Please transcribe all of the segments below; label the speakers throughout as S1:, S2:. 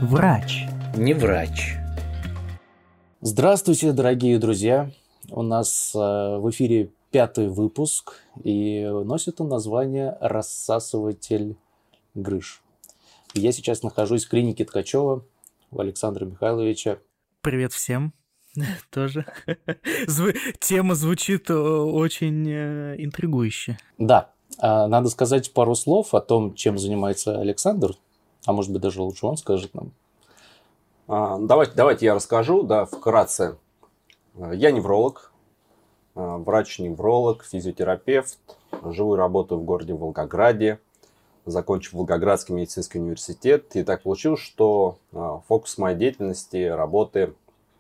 S1: Врач.
S2: Не врач.
S3: Здравствуйте, дорогие друзья. У нас в эфире 5-й выпуск, и носит он название «Рассасыватель грыж». Я сейчас нахожусь в клинике Ткачева у Александра Михайловича.
S1: Привет всем. Тоже. Тема звучит очень интригующе.
S3: Да, надо сказать пару слов о том, чем занимается Александр, а может быть даже лучше он скажет нам.
S4: Давайте я расскажу, да, вкратце. Я невролог, врач-невролог, физиотерапевт. Живу и работаю в городе Волгограде. Закончил Волгоградский медицинский университет. И так получилось, что фокус моей деятельности, работы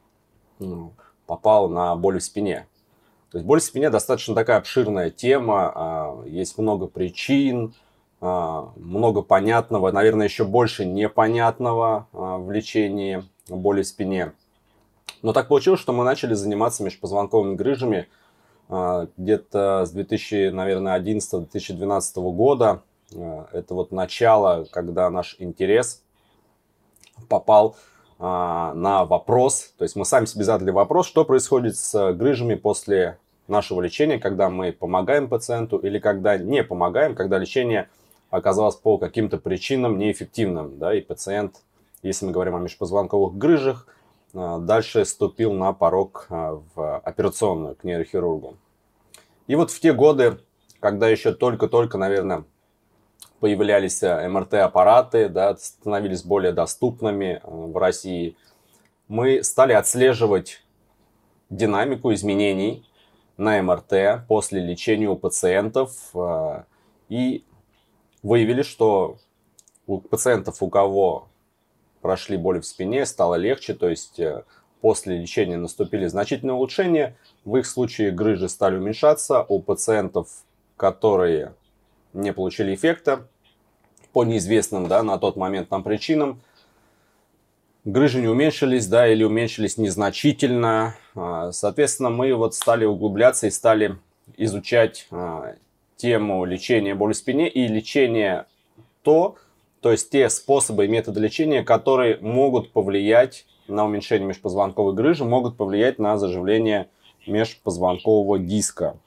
S4: попал на боль в спине. То есть боль в спине достаточно такая обширная тема. Есть много причин, много понятного, наверное, еще больше непонятного в лечении боли в спине. Но так получилось, что мы начали заниматься межпозвонковыми грыжами где-то с 2011-2012 года. Это вот начало, когда наш интерес попал на вопрос. То есть мы сами себе задали вопрос, что происходит с грыжами после нашего лечения, когда мы помогаем пациенту или когда не помогаем, когда лечение оказалось по каким-то причинам неэффективным, да, и пациент, если мы говорим о межпозвонковых грыжах, дальше ступил на порог в операционную к нейрохирургу. И вот в те годы, когда еще только-только, наверное, появлялись МРТ-аппараты, да, становились более доступными в России, мы стали отслеживать динамику изменений на МРТ после лечения у пациентов и выявили, что у пациентов, у кого прошли боли в спине, стало легче, то есть после лечения наступили значительные улучшения. В их случае грыжи стали уменьшаться. У пациентов, которые не получили эффекта по неизвестным, да, на тот момент нам причинам, грыжи не уменьшились, да, или уменьшились незначительно. Соответственно, мы вот стали углубляться и стали изучать тему лечения боли в спине и лечения то есть те способы и методы лечения, которые могут повлиять на уменьшение межпозвонковой грыжи, могут повлиять на заживление межпозвонкового диска.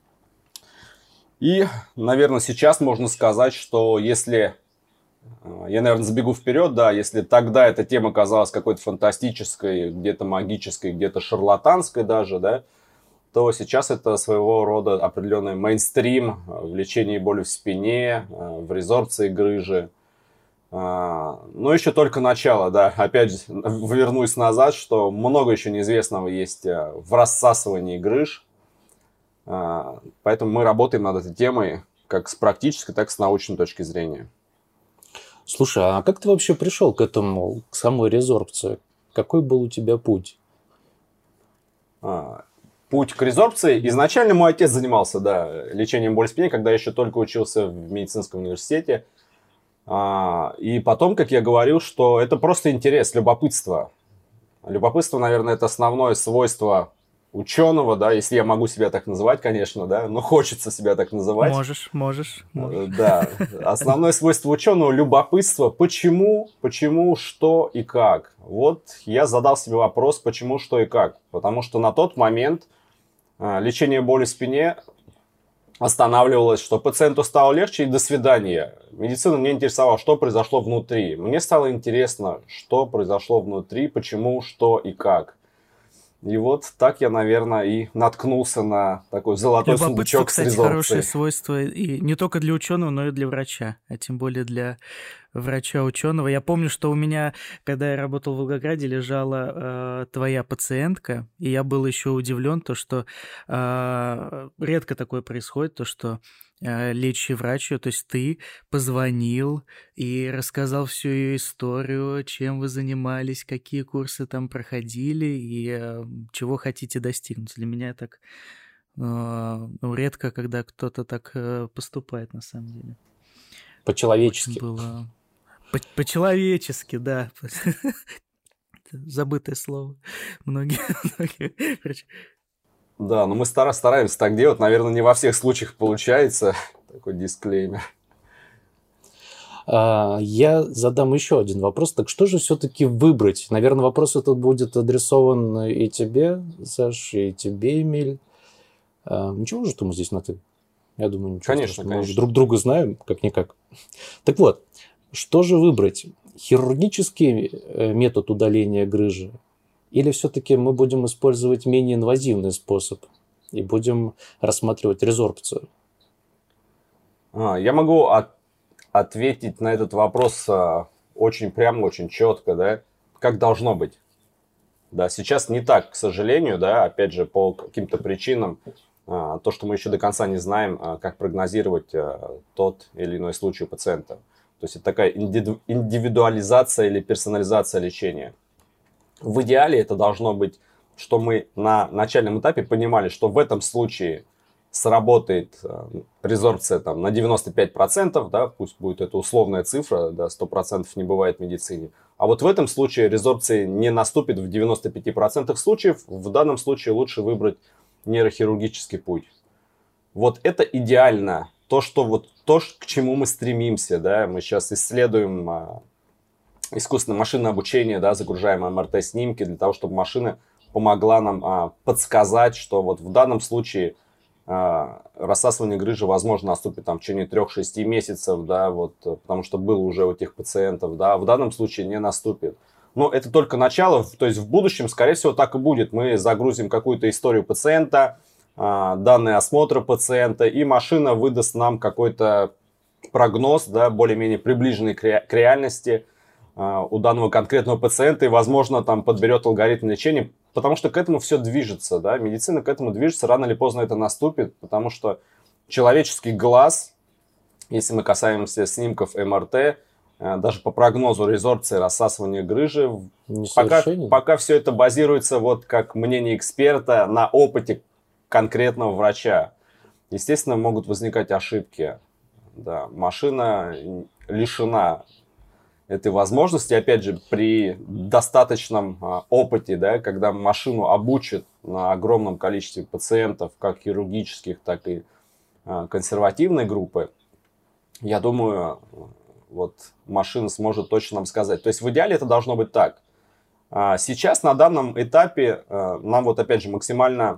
S4: И, наверное, сейчас можно сказать, что если... Я, наверное, забегу вперед, да, если тогда эта тема казалась какой-то фантастической, где-то магической, где-то шарлатанской даже, да, то сейчас это своего рода определенный мейнстрим в лечении боли в спине, в резорбции грыжи. Но еще только начало, да. Опять же, вернусь назад, что много еще неизвестного есть в рассасывании грыж. Поэтому мы работаем над этой темой как с практической, так и с научной точки зрения.
S3: Слушай, а как ты вообще пришел к этому, к самой резорбции? Какой был у тебя путь?
S4: Путь к резорбции. Изначально мой отец занимался, да, лечением боли в спине, когда я еще только учился в медицинском университете. И потом, как я говорил, что это просто интерес, любопытство. Любопытство, наверное, это основное свойство ученого, да, если я могу себя так называть, конечно, да, но хочется себя так называть.
S1: Можешь.
S4: Да, основное свойство ученого – любопытство. Почему, что и как. Вот я задал себе вопрос, почему, что и как. Потому что на тот момент лечение боли в спине останавливалось, что пациенту стало легче и до свидания. Медицина не интересовала, что произошло внутри. Мне стало интересно, что произошло внутри, почему, что и как. И вот так я, наверное, и наткнулся на такой золотой сундучок с резорбцией.
S1: Кстати, хорошее свойство и не только для ученого, но и для врача, а тем более для врача-ученого. Я помню, что у меня, когда я работал в Волгограде, лежала твоя пациентка, и я был еще удивлен, то, что редко такое происходит, то, что лечащий врач, то есть ты позвонил и рассказал всю ее историю, чем вы занимались, какие курсы там проходили и чего хотите достигнуть. Для меня так редко, когда кто-то так поступает на самом деле.
S3: По-человечески.
S1: Было... По-человечески, да. Забытое слово. Многие врачи.
S4: Да, но мы стараемся так делать. Наверное, не во всех случаях получается. Такой дисклеймер.
S3: Я задам еще один вопрос. Так что же все-таки выбрать? Наверное, вопрос этот будет адресован и тебе, Саш, и тебе, Эмиль. Ничего же, что мы здесь на «ты»? Я думаю, ничего
S4: Конечно,
S3: страшного. Мы
S4: конечно.
S3: друг друга знаем, как-никак. Так вот, что же выбрать? Хирургический метод удаления грыжи? Или все-таки мы будем использовать менее инвазивный способ и будем рассматривать резорбцию?
S4: Я могу ответить на этот вопрос очень прямо, очень четко, да, как должно быть. Да, сейчас не так, к сожалению, да, опять же, по каким-то причинам, то, что мы еще до конца не знаем, как прогнозировать тот или иной случай у пациента. То есть это такая индивидуализация или персонализация лечения. В идеале это должно быть, что мы на начальном этапе понимали, что в этом случае сработает резорбция там, на 95%, да, пусть будет это условная цифра, да, 100% не бывает в медицине. А вот в этом случае резорбция не наступит в 95% случаев. В данном случае лучше выбрать нейрохирургический путь. Вот это идеально. То, к чему мы стремимся. Да? Мы сейчас исследуем искусственное машинное обучение, да, загружаем МРТ-снимки для того, чтобы машина помогла нам подсказать, что вот в данном случае рассасывание грыжи, возможно, наступит там, в течение 3-6 месяцев, да, вот, потому что было уже у этих пациентов, да, в данном случае не наступит. Но это только начало, то есть в будущем, скорее всего, так и будет. Мы загрузим какую-то историю пациента, данные осмотра пациента, и машина выдаст нам какой-то прогноз, да, более-менее приближенный к реальности у данного конкретного пациента, и, возможно, там подберет алгоритм лечения, потому что к этому все движется, да, медицина к этому движется, рано или поздно это наступит, потому что человеческий глаз, если мы касаемся снимков МРТ, даже по прогнозу резорбции, рассасывания грыжи, пока все это базируется, вот как мнение эксперта, на опыте конкретного врача. Естественно, могут возникать ошибки. Да, машина лишена этой возможности, опять же, при достаточном опыте, да, когда машину обучат на огромном количестве пациентов, как хирургических, так и консервативной группы, я думаю, вот машина сможет точно нам сказать. То есть в идеале это должно быть так. Сейчас на данном этапе нам вот опять же максимально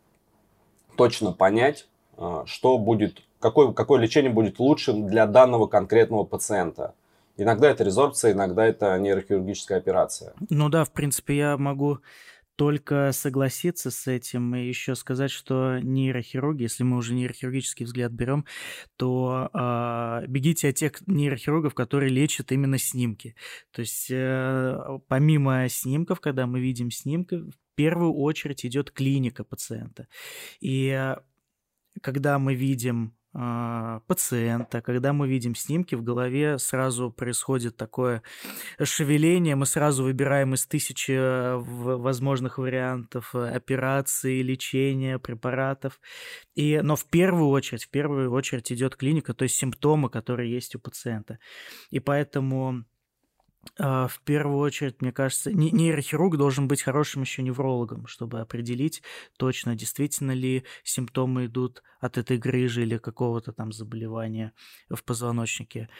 S4: точно понять, что будет, какое лечение будет лучшим для данного конкретного пациента. Иногда это резорбция, иногда это нейрохирургическая операция.
S1: Ну да, в принципе, я могу только согласиться с этим и еще сказать, что нейрохирурги, если мы уже нейрохирургический взгляд берем, то бегите от тех нейрохирургов, которые лечат именно снимки. То есть помимо снимков, когда мы видим снимки, в первую очередь идет клиника пациента. И когда мы видим пациента, когда мы видим снимки, в голове сразу происходит такое шевеление, мы сразу выбираем из 1000 возможных вариантов операций, лечения, препаратов. Но в первую очередь идет клиника, то есть симптомы, которые есть у пациента. И поэтому в первую очередь, мне кажется, нейрохирург должен быть хорошим еще неврологом, чтобы определить точно, действительно ли симптомы идут от этой грыжи или какого-то там заболевания в позвоночнике.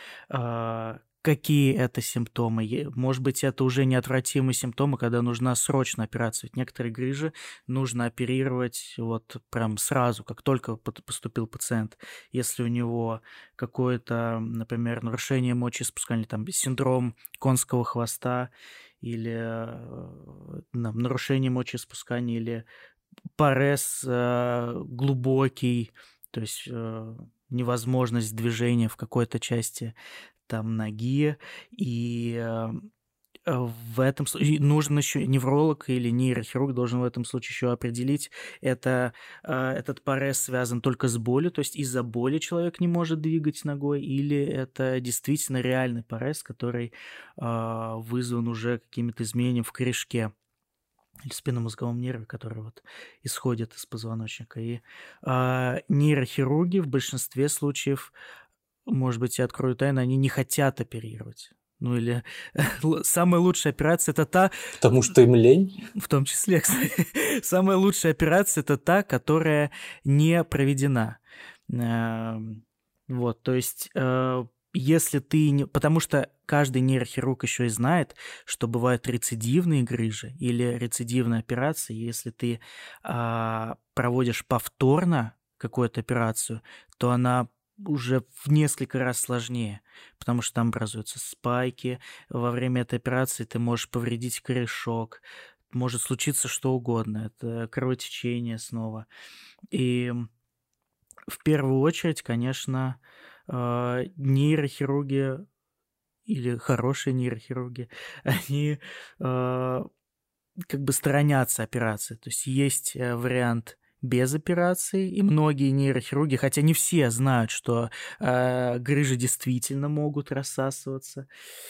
S1: Какие это симптомы? Может быть, это уже неотвратимые симптомы, когда нужна срочная операция. Ведь некоторые грыжи нужно оперировать вот прям сразу, как только поступил пациент. Если у него какое-то, например, нарушение мочеиспускания, там синдром конского хвоста или нарушение мочеиспускания или парез глубокий, то есть невозможность движения в какой-то части там ноги, и в этом случае нужен еще невролог или нейрохирург должен в этом случае еще определить, этот парез связан только с болью, то есть из-за боли человек не может двигать ногой, или это действительно реальный парез, который вызван уже какими-то изменениями в корешке или спинномозговом нерве, который вот исходит из позвоночника. И нейрохирурги в большинстве случаев, может быть, я открою тайну, они не хотят оперировать. Ну или самая лучшая операция – это та…
S3: Потому что им лень?
S1: В том числе, кстати. Самая лучшая операция – это та, которая не проведена. Вот, то есть если ты не... Потому что каждый нейрохирург еще и знает, что бывают рецидивные грыжи или рецидивные операции. Если ты проводишь повторно какую-то операцию, то она уже в несколько раз сложнее, потому что там образуются спайки. Во время этой операции ты можешь повредить корешок, может случиться что угодно. Это кровотечение снова. И в первую очередь, конечно, нейрохирурги или хорошие нейрохирурги, они как бы сторонятся операции. То есть есть вариант без операции, и многие нейрохирурги, хотя не все знают, что грыжи действительно могут рассасываться,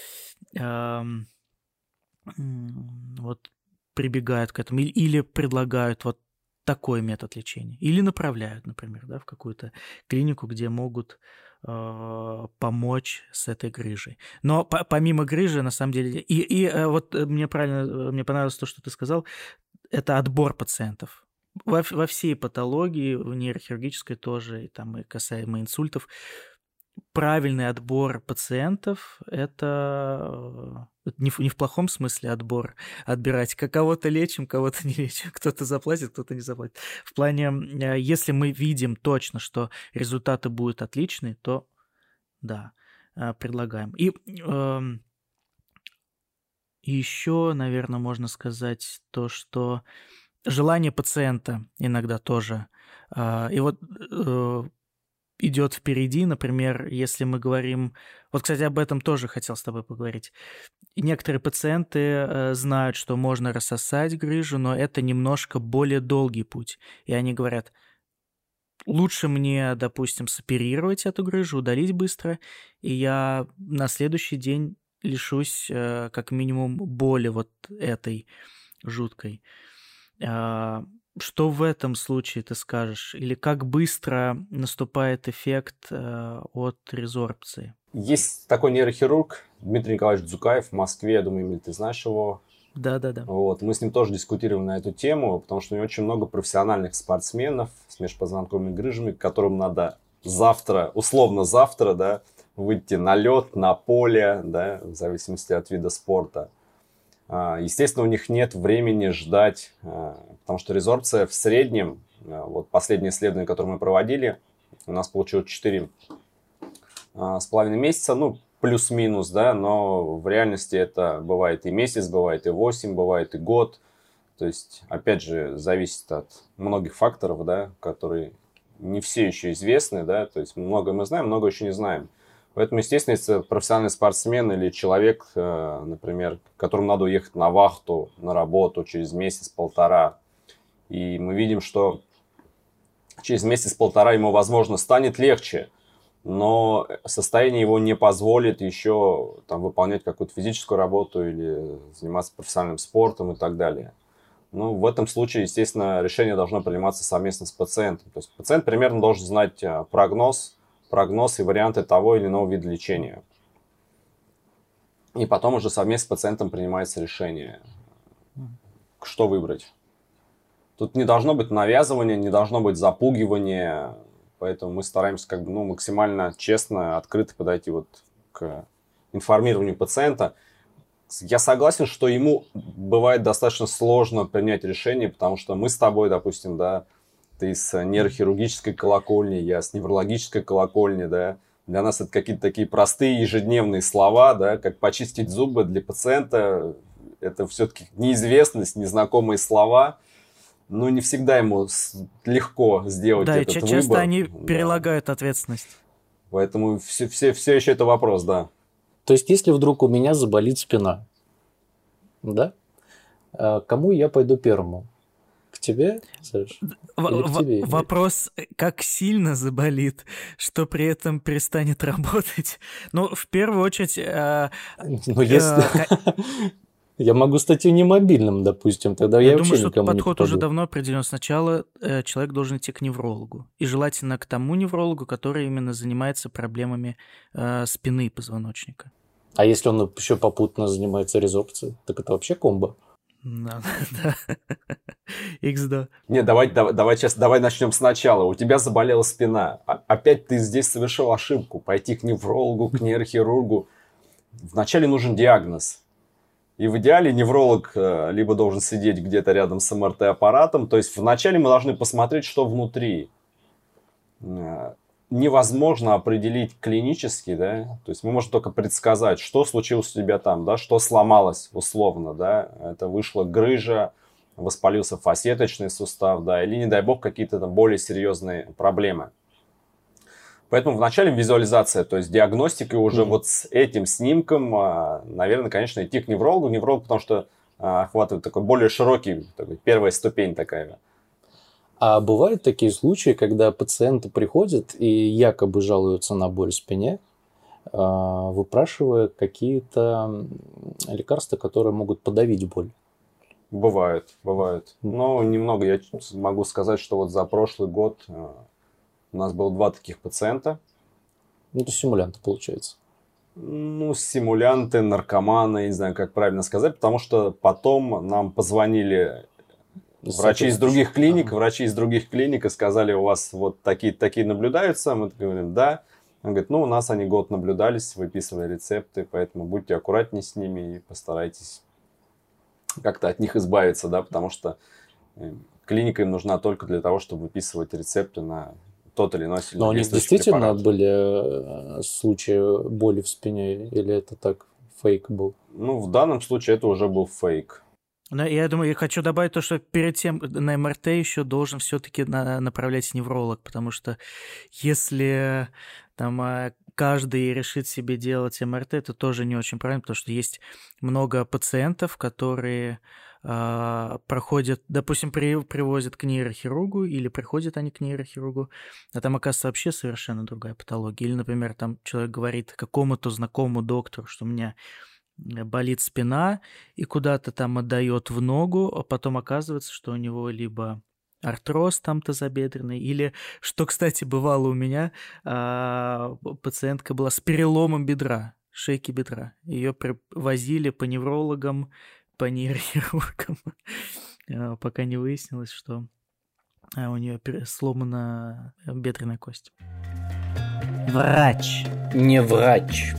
S1: вот прибегают к этому или предлагают вот такой метод лечения. Или направляют, например, да, в какую-то клинику, где могут помочь с этой грыжей. Но помимо грыжи, на самом деле... Вот мне понравилось то, что ты сказал, это отбор пациентов. Во всей патологии, в нейрохирургической тоже, и там и касаемо инсультов, правильный отбор пациентов – это не в плохом смысле отбор, отбирать. Кого-то лечим, кого-то не лечим, кто-то заплатит, кто-то не заплатит. В плане, если мы видим точно, что результаты будут отличные, то да, предлагаем. И еще, наверное, можно сказать то, что желание пациента иногда тоже. И вот идет впереди, например, если мы говорим... Вот, кстати, об этом тоже хотел с тобой поговорить. Некоторые пациенты знают, что можно рассосать грыжу, но это немножко более долгий путь. И они говорят, лучше мне, допустим, соперировать эту грыжу, удалить быстро, и я на следующий день лишусь как минимум боли вот этой жуткой. Что в этом случае ты скажешь? Или как быстро наступает эффект от резорбции?
S4: Есть такой нейрохирург Дмитрий Николаевич Дзукаев в Москве, я думаю, Эмиль, ты знаешь его.
S1: Да.
S4: Вот, мы с ним тоже дискутировали на эту тему, потому что у него очень много профессиональных спортсменов с межпозвонковыми грыжами, которым надо завтра, условно завтра, да, выйти на лед, на поле, да, в зависимости от вида спорта. Естественно, у них нет времени ждать, потому что резорбция в среднем, вот последнее исследование, которое мы проводили, у нас получилось 4,5 месяца, ну, плюс-минус, да, но в реальности это бывает и месяц, бывает и 8, бывает и год. То есть, опять же, зависит от многих факторов, да, которые не все еще известны, да, то есть многое мы знаем, многое еще не знаем. Поэтому, естественно, если профессиональный спортсмен или человек, например, которому надо уехать на вахту, на работу через месяц-полтора, и мы видим, что через месяц-полтора ему, возможно, станет легче, но состояние его не позволит еще там, выполнять какую-то физическую работу или заниматься профессиональным спортом и так далее. Ну, в этом случае, естественно, решение должно приниматься совместно с пациентом. То есть пациент примерно должен знать прогноз и варианты того или иного вида лечения. И потом уже совместно с пациентом принимается решение, что выбрать. Тут не должно быть навязывания, не должно быть запугивания, поэтому мы стараемся как бы, максимально честно, открыто подойти вот к информированию пациента. Я согласен, что ему бывает достаточно сложно принять решение, потому что мы с тобой, допустим, да, ты с нейрохирургической колокольни, я с неврологической колокольни, да. Для нас это какие-то такие простые ежедневные слова, да, как почистить зубы для пациента. Это все-таки неизвестность, незнакомые слова. Но не всегда ему легко сделать этот выбор. Да, и
S1: часто они перелагают ответственность.
S4: Поэтому все еще это вопрос, да.
S3: То есть, если вдруг у меня заболит спина, да, кому я пойду первому? К тебе, Саш? Или к тебе?
S1: Вопрос, как сильно заболит, что при этом перестанет работать. Ну, в первую очередь...
S3: Я могу стать и немобильным, допустим, тогда я вообще
S1: думаю,
S3: никому
S1: что
S3: не
S1: подход
S3: попаду.
S1: уже давно определен. Сначала человек должен идти к неврологу. И желательно к тому неврологу, который именно занимается проблемами спины позвоночника.
S3: А если он еще попутно занимается резорбцией, так это вообще комбо.
S1: Ну, да. XD.
S4: Не, давай начнем сначала. У тебя заболела спина. Опять ты здесь совершил ошибку. Пойти к неврологу, к нейрохирургу. Вначале нужен диагноз. И в идеале невролог либо должен сидеть где-то рядом с МРТ-аппаратом. То есть вначале мы должны посмотреть, что внутри. Невозможно определить клинически, да, то есть мы можем только предсказать, что случилось у тебя там, да, что сломалось условно, да, это вышла грыжа, воспалился фасеточный сустав, да, или, не дай бог, какие-то там более серьезные проблемы. Поэтому вначале визуализация, то есть диагностика, и уже вот с этим снимком, наверное, конечно, идти к неврологу, потому что охватывает такой более широкий, такой, первая ступень такая.
S3: А бывают такие случаи, когда пациенты приходят и якобы жалуются на боль в спине, выпрашивая какие-то лекарства, которые могут подавить боль?
S4: Бывает. Но немного я могу сказать, что вот за прошлый год у нас было 2 таких пациента.
S3: Ну, это симулянты, получается.
S4: Ну, симулянты, наркоманы, не знаю, как правильно сказать, потому что потом нам позвонили врачи из других клиник и сказали, у вас вот такие наблюдаются. Мы говорим, да. Он говорит, ну, у нас они год наблюдались, выписывали рецепты, поэтому будьте аккуратнее с ними и постарайтесь как-то от них избавиться, да, потому что клиника им нужна только для того, чтобы выписывать рецепты на тот или иной сильнодействующий
S3: Но у них действительно
S4: препарат.
S3: были случаи боли в спине, или это так фейк был?
S4: Ну, в данном случае это уже был фейк.
S1: Но я думаю, я хочу добавить то, что перед тем на МРТ еще должен все-таки направлять невролог, потому что если там каждый решит себе делать МРТ, это тоже не очень правильно, потому что есть много пациентов, которые проходят, допустим, привозят к нейрохирургу или приходят они к нейрохирургу, а там, оказывается, вообще совершенно другая патология. Или, например, там человек говорит какому-то знакомому доктору, что у меня болит спина, и куда-то там отдает в ногу, а потом оказывается, что у него либо артроз там тазобедренный, или, что, кстати, бывало у меня, пациентка была с переломом бедра, шейки бедра. Ее возили по неврологам, по нейрохирургам, пока не выяснилось, что у нее сломана бедренная кость.
S2: Врач, не врач.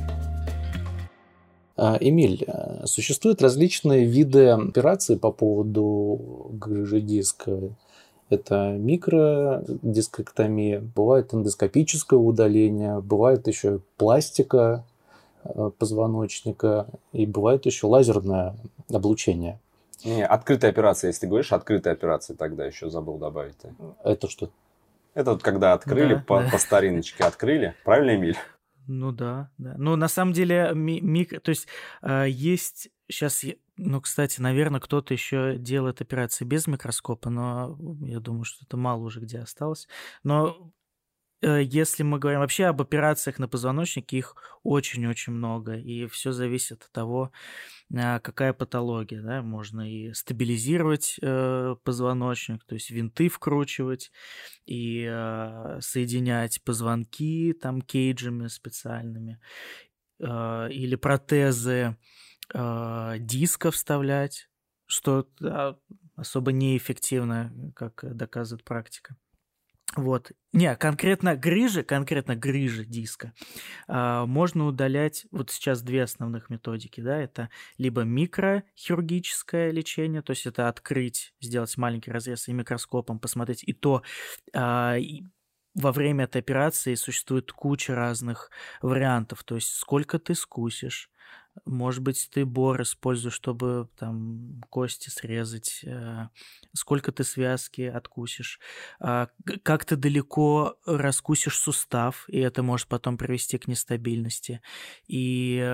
S3: Эмиль, существуют различные виды операций по поводу грыжи диска. Это микродискэктомия, бывает эндоскопическое удаление, бывает еще пластика позвоночника и бывает еще лазерное облучение.
S4: Не, открытая операция, если ты говоришь открытая операция, тогда еще забыл добавить.
S3: Это что?
S4: Это вот когда открыли, по стариночке открыли. Правильно, Эмиль?
S1: Ну да. Ну, на самом деле, то есть есть сейчас, ну, кстати, наверное, кто-то еще делает операции без микроскопа, но я думаю, что это мало уже где осталось. Но если мы говорим вообще об операциях на позвоночнике, их очень-очень много, и все зависит от того, какая патология, да, можно и стабилизировать позвоночник, то есть винты вкручивать, и соединять позвонки там кейджами специальными, или протезы диска вставлять, что особо неэффективно, как доказывает практика. Вот. Не, конкретно грыжи диска можно удалять, вот сейчас 2 основных методики, да, это либо микрохирургическое лечение, то есть это открыть, сделать маленький разрез и микроскопом посмотреть, и то во время этой операции существует куча разных вариантов, то есть сколько ты скусишь, может быть, ты бор используешь, чтобы там кости срезать, сколько ты связки откусишь, как ты далеко раскусишь сустав, и это может потом привести к нестабильности. И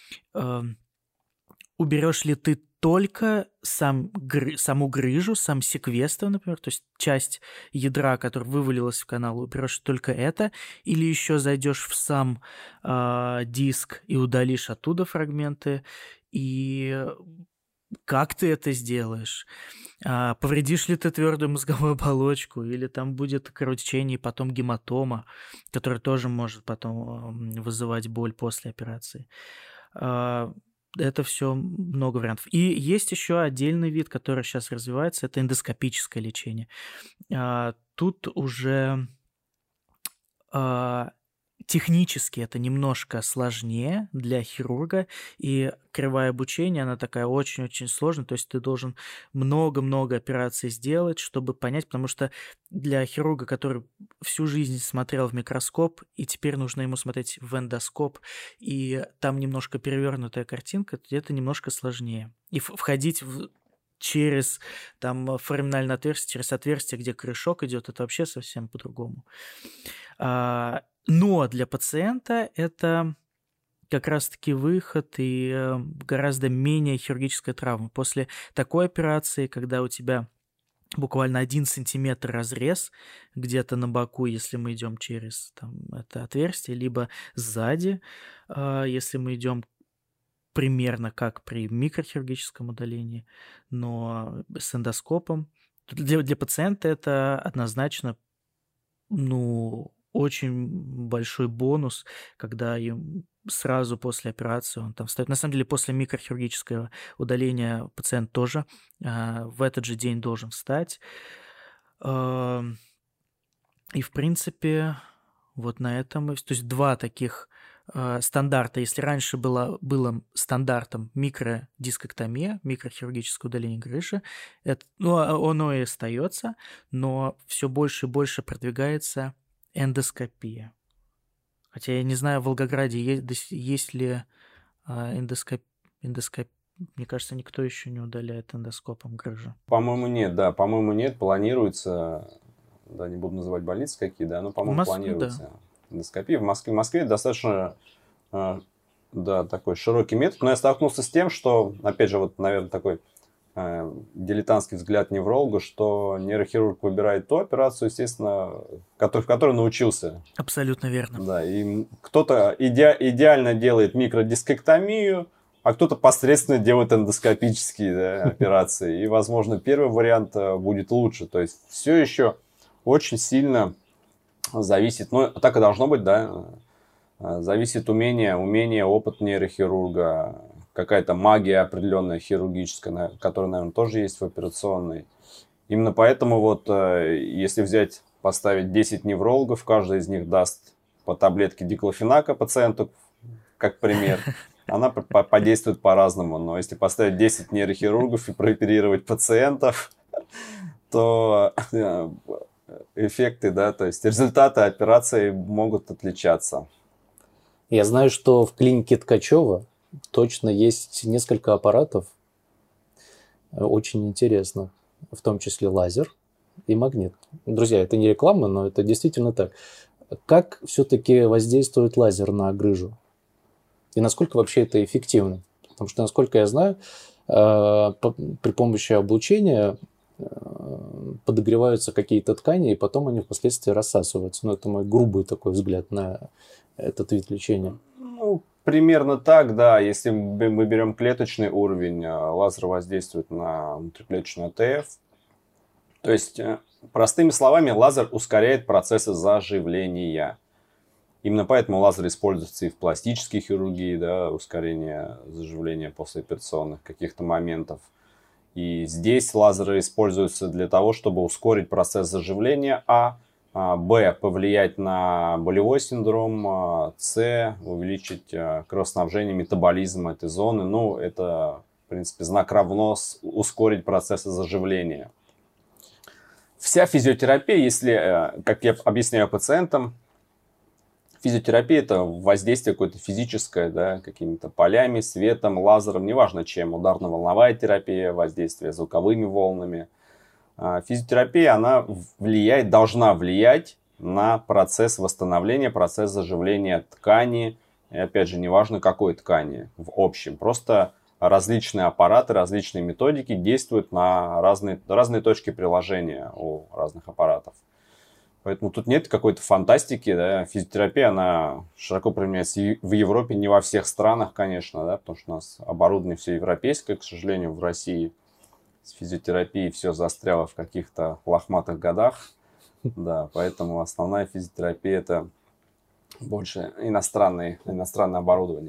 S1: уберешь ли ты только саму грыжу, сам секвестр, например, то есть часть ядра, которая вывалилась в канал, уберешь только это, или еще зайдешь в сам диск и удалишь оттуда фрагменты, и как ты это сделаешь? Повредишь ли ты твердую мозговую оболочку, или там будет кровотечение и потом гематома, которая тоже может потом вызывать боль после операции? это все много вариантов. И есть еще отдельный вид, который сейчас развивается, это эндоскопическое лечение. Тут уже технически это немножко сложнее для хирурга, и кривая обучения, она такая очень-очень сложная, то есть ты должен много-много операций сделать, чтобы понять, потому что для хирурга, который всю жизнь смотрел в микроскоп, и теперь нужно ему смотреть в эндоскоп, и там немножко перевернутая картинка, это немножко сложнее. И входить через там фораминальное отверстие, через отверстие, где корешок идет, это вообще совсем по-другому. Но для пациента это как раз-таки выход и гораздо менее хирургическая травма. После такой операции, когда у тебя буквально 1 сантиметр разрез где-то на боку, если мы идем через там, это отверстие, либо сзади, если мы идем примерно как при микрохирургическом удалении, но с эндоскопом. Для пациента это однозначно, очень большой бонус, когда им сразу после операции он там встает. На самом деле, после микрохирургического удаления пациент тоже в этот же день должен встать. И, в принципе, вот на этом... То есть 2 таких стандарта. Если раньше было стандартом микродискоктомия, микрохирургическое удаление грыжи, оно и остается, но все больше и больше продвигается эндоскопия. Хотя я не знаю, в Волгограде есть ли эндоскопия. Мне кажется, никто еще не удаляет эндоскопом грыжу.
S4: По-моему, нет, да. По-моему, нет. Планируется, да, не буду называть больницы какие, да, но, по-моему, планируется эндоскопия. В Москве достаточно, да, такой широкий метод. Но я столкнулся с тем, что, опять же, вот, наверное, такой дилетантский взгляд невролога, что нейрохирург выбирает ту операцию, естественно, в которой научился.
S1: Абсолютно верно.
S4: Да, и кто-то идеально делает микродискоктомию, а кто-то посредственно делает эндоскопические операции. И, возможно, первый вариант будет лучше. То есть все еще очень сильно зависит, так и должно быть, да, зависит умение, опыт нейрохирурга, какая-то магия определенная хирургическая, которая, наверное, тоже есть в операционной. Именно поэтому вот, если поставить 10 неврологов, каждый из них даст по таблетке диклофенака пациенту, как пример, она подействует по-разному. Но если поставить 10 нейрохирургов и прооперировать пациентов, то эффекты, да, то есть результаты операции могут отличаться.
S3: Я знаю, что в клинике Ткачева точно есть несколько аппаратов, очень интересно, в том числе лазер и магнит. Друзья, это не реклама, но это действительно так. Как все-таки воздействует лазер на грыжу? И насколько вообще это эффективно? Потому что, насколько я знаю, при помощи облучения подогреваются какие-то ткани, и потом они впоследствии рассасываются. Это мой грубый такой взгляд на этот вид лечения.
S4: Примерно так, да. Если мы берем клеточный уровень, лазер воздействует на внутриклеточную АТФ. То есть, простыми словами, лазер ускоряет процессы заживления. Именно поэтому лазер используется и в пластической хирургии, да, ускорение заживления послеоперационных каких-то моментов. И здесь лазеры используются для того, чтобы ускорить процесс заживления, Б, повлиять на болевой синдром, С, увеличить кровоснабжение, метаболизм этой зоны. Это, в принципе, знак равно ускорить процессы заживления. Вся физиотерапия, если, как я объясняю пациентам, физиотерапия – это воздействие какое-то физическое, да, какими-то полями, светом, лазером, неважно чем, ударно-волновая терапия, воздействие звуковыми волнами. Физиотерапия, она должна влиять на процесс восстановления, процесс заживления ткани. И опять же, неважно какой ткани в общем. Просто различные аппараты, различные методики действуют на разные точки приложения у разных аппаратов. Поэтому тут нет какой-то фантастики. Да? Физиотерапия, она широко применяется в Европе, не во всех странах, конечно, да? Потому что у нас оборудование все европейское, к сожалению, в России. С физиотерапией все застряло в каких-то лохматых годах. Да, поэтому основная физиотерапия – это больше иностранное оборудование.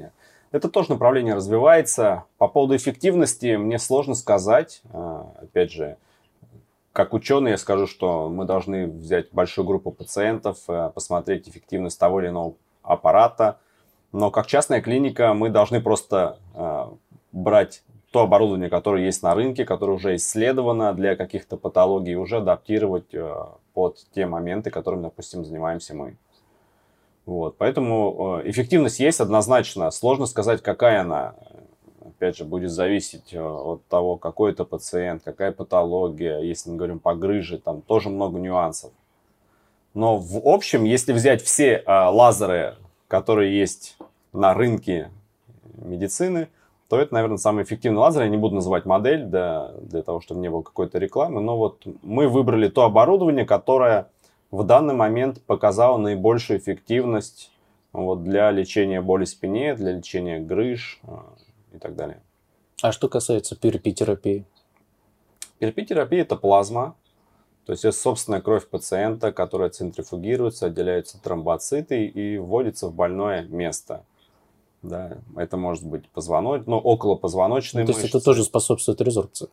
S4: Это тоже направление развивается. По поводу эффективности мне сложно сказать. Опять же, как ученый я скажу, что мы должны взять большую группу пациентов, посмотреть эффективность того или иного аппарата. Но как частная клиника мы должны просто брать то оборудование, которое есть на рынке, которое уже исследовано для каких-то патологий, и уже адаптировать под те моменты, которыми, допустим, занимаемся мы. Вот. Поэтому эффективность есть однозначно. Сложно сказать, какая она. Опять же, будет зависеть от того, какой это пациент, какая патология. Если мы говорим по грыже, там тоже много нюансов. Но в общем, если взять все лазеры, которые есть на рынке медицины, то это, наверное, самый эффективный лазер. Я не буду называть модель, да, для того, чтобы не было какой-то рекламы. Но вот мы выбрали то оборудование, которое в данный момент показала наибольшую эффективность вот, для лечения боли в спине, для лечения грыж и так далее.
S3: А что касается PRP-терапии?
S4: PRP-терапия – это плазма. То есть это собственная кровь пациента, которая центрифугируется, отделяются тромбоциты и вводится в больное место. Да, это может быть околопозвоночные мышцы.
S3: То есть это тоже способствует резорбции?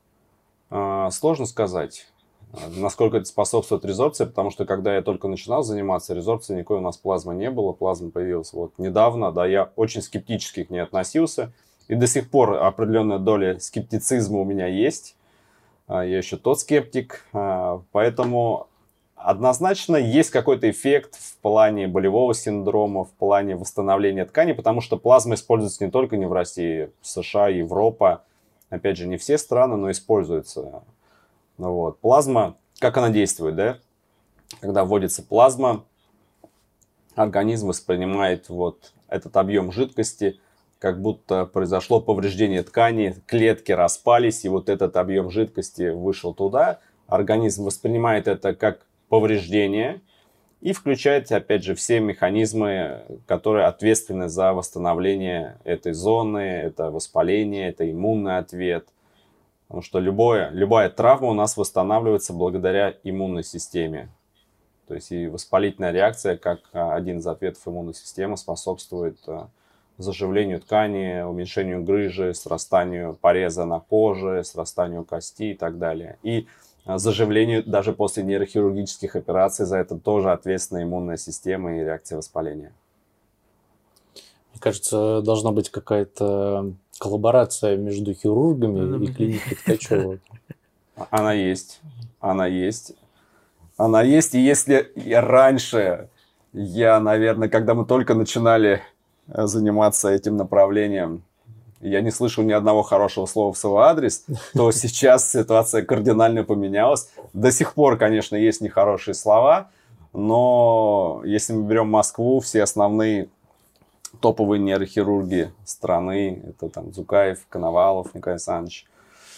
S4: Сложно сказать, насколько это способствует резорбции, потому что когда я только начинал заниматься резорбцией, никакой у нас плазмы не было. Плазма появилась вот недавно, да, я очень скептически к ней относился. И до сих пор определенная доля скептицизма у меня есть. Я еще тот скептик, поэтому однозначно есть какой-то эффект в плане болевого синдрома, в плане восстановления тканей, потому что плазма используется не только не в России, в США, Европа. Опять же, не все страны, но используется. Вот. Плазма, как она действует, да? Когда вводится плазма, организм воспринимает вот этот объем жидкости, как будто произошло повреждение ткани, клетки распались, и вот этот объем жидкости вышел туда. Организм воспринимает это как повреждение и включает, опять же, все механизмы, которые ответственны за восстановление этой зоны, это воспаление, это иммунный ответ. Потому что любая травма у нас восстанавливается благодаря иммунной системе. То есть и воспалительная реакция, как один из ответов иммунной системы, способствует заживлению ткани, уменьшению грыжи, срастанию пореза на коже, срастанию кости и так далее. И заживлению даже после нейрохирургических операций, за это тоже ответственна иммунная система и реакция воспаления.
S3: Мне кажется, должна быть какая-то коллаборация между хирургами и клиникой Ткачева.
S4: Она есть. Она есть. Она есть. И если раньше наверное, когда мы только начинали заниматься этим направлением, я не слышал ни одного хорошего слова в свой адрес, то сейчас ситуация кардинально поменялась. До сих пор, конечно, есть нехорошие слова, но если мы берем Москву, все основные топовые нейрохирурги страны, это там Зукаев, Коновалов, Николай Александрович,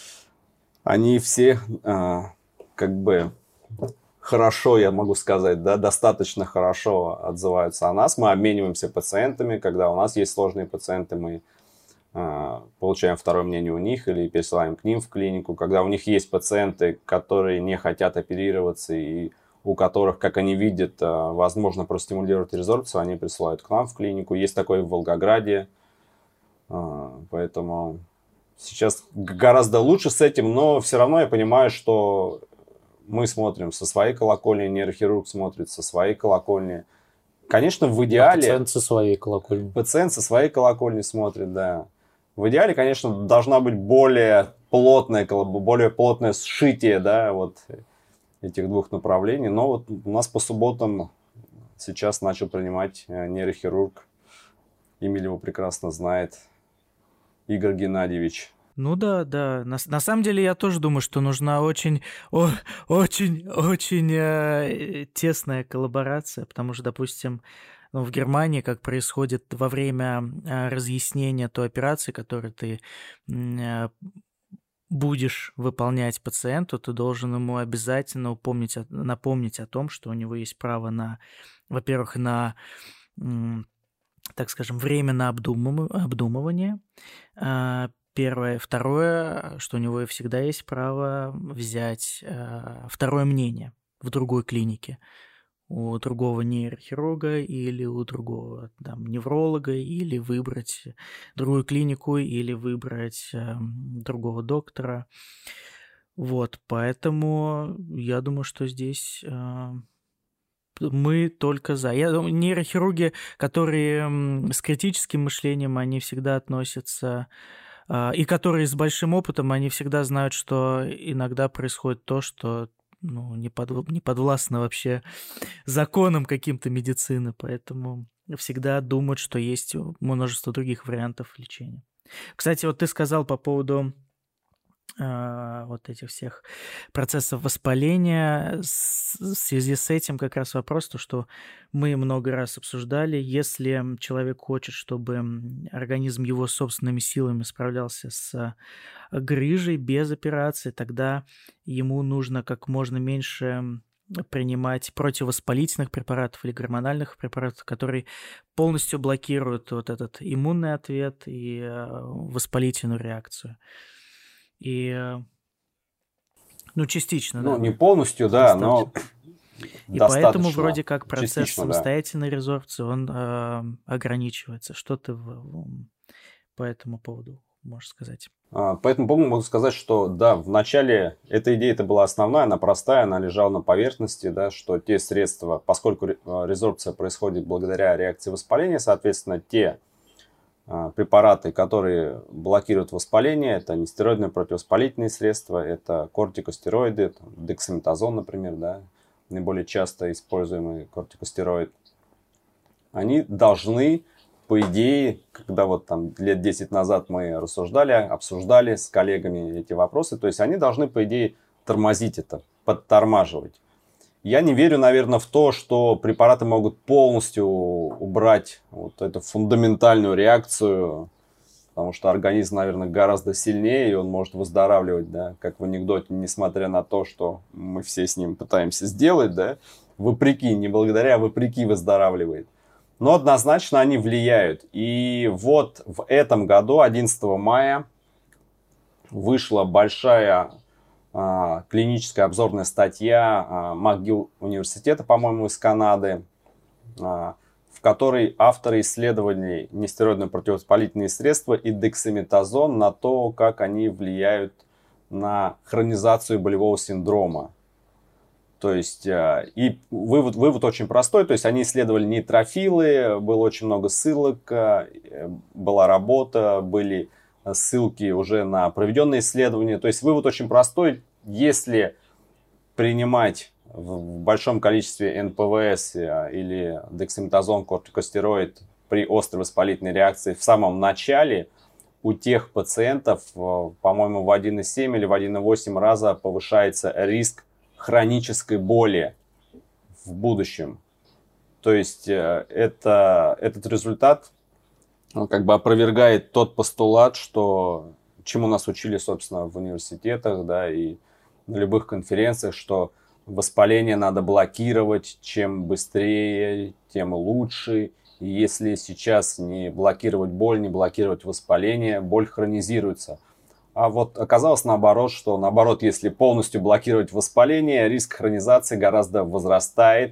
S4: они все как бы хорошо, я могу сказать, да, достаточно хорошо отзываются о нас. Мы обмениваемся пациентами, когда у нас есть сложные пациенты, мы получаем второе мнение у них или пересылаем к ним в клинику. Когда у них есть пациенты, которые не хотят оперироваться и у которых, как они видят, возможно простимулировать резорбцию, они присылают к нам в клинику. Есть такое в Волгограде. Поэтому сейчас гораздо лучше с этим, но все равно я понимаю, что мы смотрим со своей колокольни, нейрохирург смотрит со своей колокольни. Конечно, в идеале...
S3: Пациент со своей колокольни.
S4: Пациент со своей колокольни смотрит, да. В идеале, конечно, должна быть более плотное сшитие, да, вот этих двух направлений. Но вот у нас по субботам сейчас начал принимать нейрохирург. Имя его прекрасно знает. Игорь Геннадьевич.
S1: Ну да. На самом деле я тоже думаю, что нужна очень тесная коллаборация, потому что, допустим, в Германии, как происходит во время разъяснения той операции, которую ты будешь выполнять пациенту, ты должен ему обязательно напомнить о том, что у него есть право на, во-первых, на, так скажем, время на обдумывание. Первое. Второе, что у него всегда есть право взять второе мнение в другой клинике. у другого нейрохирурга или у другого там, невролога, или выбрать другую клинику, или выбрать другого доктора. Вот, поэтому я думаю, что здесь мы только за. Я думаю, нейрохирурги, которые с критическим мышлением, они всегда относятся, и которые с большим опытом, они всегда знают, что иногда происходит то, что не подвластно вообще законам каким-то медицины, поэтому всегда думают, что есть множество других вариантов лечения. Кстати, вот ты сказал по поводу вот этих всех процессов воспаления. В связи с этим как раз вопрос, то, что мы много раз обсуждали, если человек хочет, чтобы организм его собственными силами справлялся с грыжей без операции, тогда ему нужно как можно меньше принимать противовоспалительных препаратов или гормональных препаратов, которые полностью блокируют вот этот иммунный ответ и воспалительную реакцию. И, частично, да.
S4: Не полностью, да, но
S1: и поэтому вроде как процесс самостоятельной резорбции, он ограничивается. Что ты по этому поводу можешь сказать?
S4: По этому поводу могу сказать, что да, в начале эта идея была основная, она простая, она лежала на поверхности, да, что те средства, поскольку резорбция происходит благодаря реакции воспаления, соответственно, те препараты, которые блокируют воспаление, это нестероидные противовоспалительные средства, это кортикостероиды, дексаметазон, например, да, наиболее часто используемый кортикостероид, они должны, по идее, когда вот там лет 10 назад мы обсуждали с коллегами эти вопросы, то есть они должны, по идее, тормозить это, подтормаживать. Я не верю, наверное, в то, что препараты могут полностью убрать вот эту фундаментальную реакцию, потому что организм, наверное, гораздо сильнее, и он может выздоравливать, да, как в анекдоте, несмотря на то, что мы все с ним пытаемся сделать, да, вопреки, не благодаря, а вопреки выздоравливает. Но однозначно они влияют. И вот в этом году, 11 мая, вышла большая клиническая обзорная статья МcGill университета, по-моему, из Канады, в которой авторы исследовали нестероидные противовоспалительные средства и дексаметазон на то, как они влияют на хронизацию болевого синдрома. То есть, и вывод очень простой, то есть они исследовали нейтрофилы, было очень много ссылок, была работа, были ссылки уже на проведенные исследования. То есть вывод очень простой. Если принимать в большом количестве НПВС или дексаметазон, кортикостероид при острой воспалительной реакции в самом начале, у тех пациентов, по-моему, в 1,7 или в 1,8 раза повышается риск хронической боли в будущем. То есть этот результат как бы опровергает тот постулат, что чему нас учили, собственно, в университетах, да, и на любых конференциях, что воспаление надо блокировать, чем быстрее, тем лучше. И если сейчас не блокировать боль, не блокировать воспаление, боль хронизируется. А вот оказалось наоборот, что наоборот, если полностью блокировать воспаление, риск хронизации гораздо возрастает.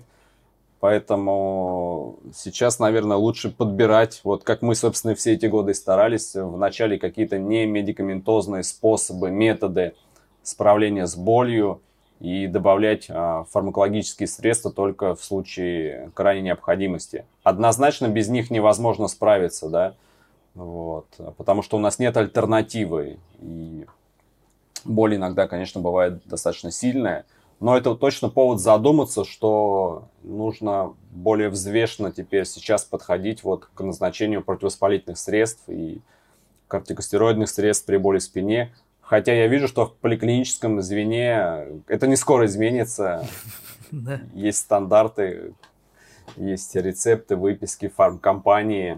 S4: Поэтому сейчас, наверное, лучше подбирать, вот как мы, собственно, все эти годы старались, вначале какие-то немедикаментозные способы, методы справления с болью и добавлять фармакологические средства только в случае крайней необходимости. Однозначно без них невозможно справиться, да, вот, потому что у нас нет альтернативы. И боль иногда, конечно, бывает достаточно сильная. Но это точно повод задуматься, что нужно более взвешенно теперь сейчас подходить вот к назначению противовоспалительных средств и кортикостероидных средств при боли в спине. Хотя я вижу, что в поликлиническом звене это не скоро изменится. Есть стандарты, есть рецепты, выписки, фармкомпании.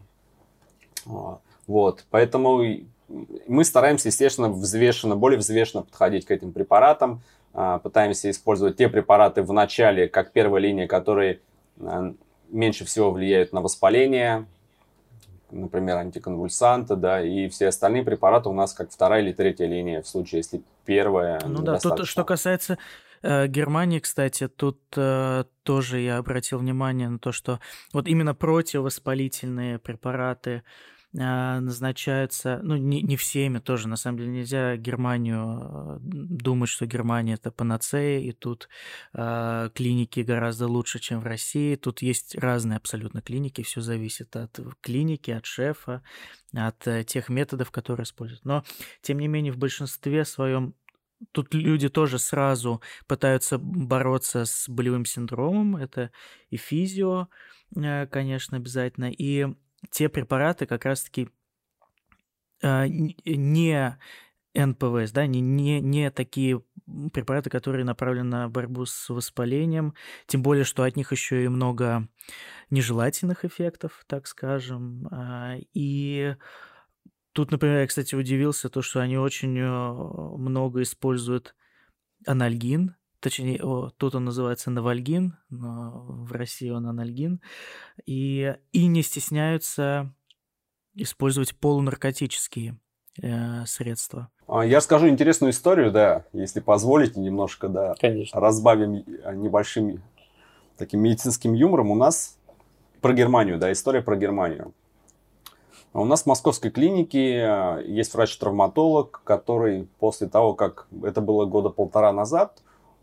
S4: Вот. Поэтому мы стараемся, естественно, более взвешенно подходить к этим препаратам. Пытаемся использовать те препараты в начале, как первая линия, которые меньше всего влияют на воспаление, например, антиконвульсанты, да, и все остальные препараты у нас как вторая или третья линия, в случае, если первая
S1: недостаточно. Да, тут, что касается Германии, кстати, тут тоже я обратил внимание на то, что вот именно противовоспалительные препараты назначаются, ну, не всеми тоже, на самом деле, нельзя Германию думать, что Германия это панацея, и тут клиники гораздо лучше, чем в России. Тут есть разные абсолютно клиники, все зависит от клиники, от шефа, от тех методов, которые используют. Но, тем не менее, в большинстве своем тут люди тоже сразу пытаются бороться с болевым синдромом. Это и физио, конечно, обязательно, и те препараты как раз-таки не НПВС, да, не такие препараты, которые направлены на борьбу с воспалением, тем более, что от них еще и много нежелательных эффектов, так скажем. И тут, например, я, кстати, удивился, то, что они очень много используют анальгин, точнее, тут он называется навальгин, но в России он анальгин, и не стесняются использовать полунаркотические средства.
S4: Я расскажу интересную историю, да, если позволите, немножко, да,
S3: Конечно.
S4: разбавим небольшим таким медицинским юмором. У нас про Германию, да, история про Германию. У нас в московской клинике есть врач-травматолог, который после того, как это было года 1,5 назад,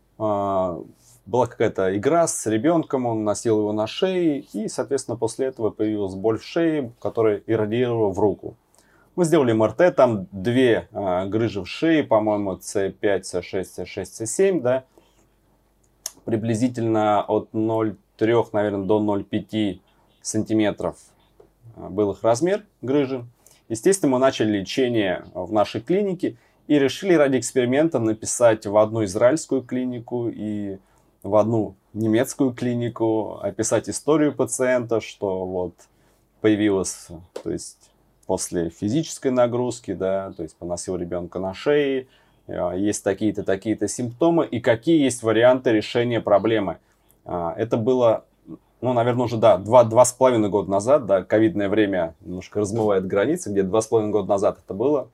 S4: была какая-то игра с ребенком, он носил его на шее, и, соответственно, после этого появилась боль в шее, которая иррадиировала в руку. Мы сделали МРТ, там 2 грыжи в шее, по-моему, С5, С6, С6, С7, да, приблизительно от 0,3, наверное, до 0,5 сантиметров был их размер грыжи. Естественно, мы начали лечение в нашей клинике и решили ради эксперимента написать в одну израильскую клинику и в одну немецкую клинику, описать историю пациента, что вот появилось, то есть после физической нагрузки, да, то есть поносил ребенка на шее, есть такие-то, такие-то симптомы и какие есть варианты решения проблемы. Это было, ну, наверное, уже, да, 2,5 года назад, да, ковидное время немножко размывает границы, где 2,5 года назад это было.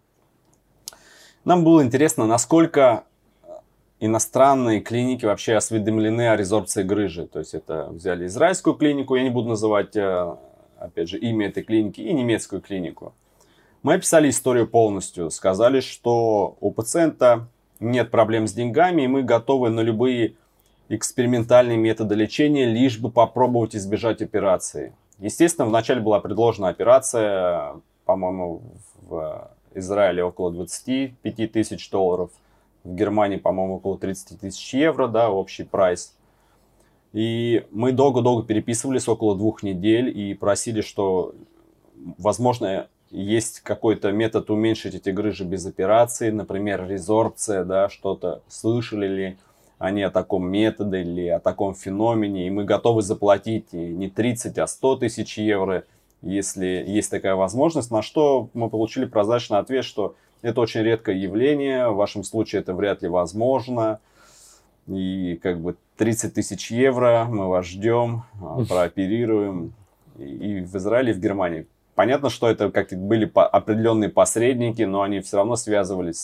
S4: Нам было интересно, насколько иностранные клиники вообще осведомлены о резорбции грыжи. То есть это взяли израильскую клинику, я не буду называть, опять же, имя этой клиники, и немецкую клинику. Мы описали историю полностью, сказали, что у пациента нет проблем с деньгами, и мы готовы на любые экспериментальные методы лечения, лишь бы попробовать избежать операции. Естественно, вначале была предложена операция, по-моему, в Израиле около 25 тысяч долларов, в Германии, по-моему, около 30 тысяч евро, да, общий прайс. И мы долго-долго переписывались, около 2 недель, и просили, что, возможно, есть какой-то метод уменьшить эти грыжи без операции, например, резорбция, да, что-то слышали ли они о таком методе или о таком феномене, и мы готовы заплатить не 30, а 100 тысяч евро, если есть такая возможность, на что мы получили прозрачный ответ, что это очень редкое явление, в вашем случае это вряд ли возможно, и как бы 30 тысяч евро мы вас ждем, прооперируем, и в Израиле, и в Германии. Понятно, что это как были определенные посредники, но они все равно связывались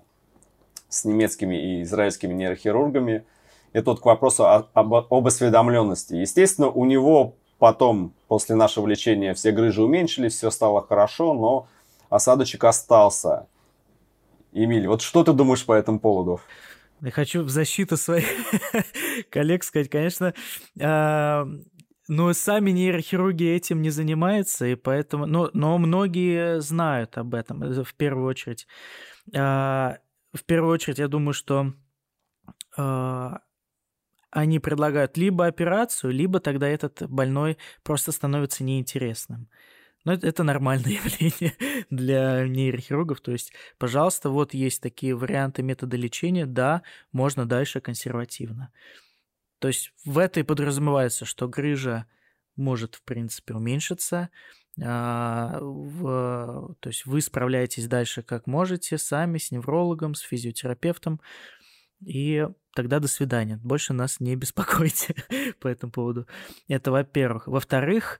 S4: с немецкими и израильскими нейрохирургами. Это вот к вопросу об осведомленности. Естественно, у него потом, после нашего лечения, все грыжи уменьшились, все стало хорошо, но осадочек остался. Эмиль, вот что ты думаешь по этому поводу?
S1: Я хочу в защиту своих коллег сказать, конечно, но сами нейрохирурги этим не занимаются, и поэтому, но многие знают об этом, в первую очередь. В первую очередь, я думаю, что они предлагают либо операцию, либо тогда этот больной просто становится неинтересным. Но это нормальное явление для нейрохирургов. То есть, пожалуйста, вот есть такие варианты метода лечения, да, можно дальше консервативно. То есть в это и подразумевается, что грыжа может, в принципе, уменьшиться. То есть вы справляетесь дальше как можете, сами, с неврологом, с физиотерапевтом. И тогда до свидания. Больше нас не беспокойте по этому поводу. Это во-первых. Во-вторых,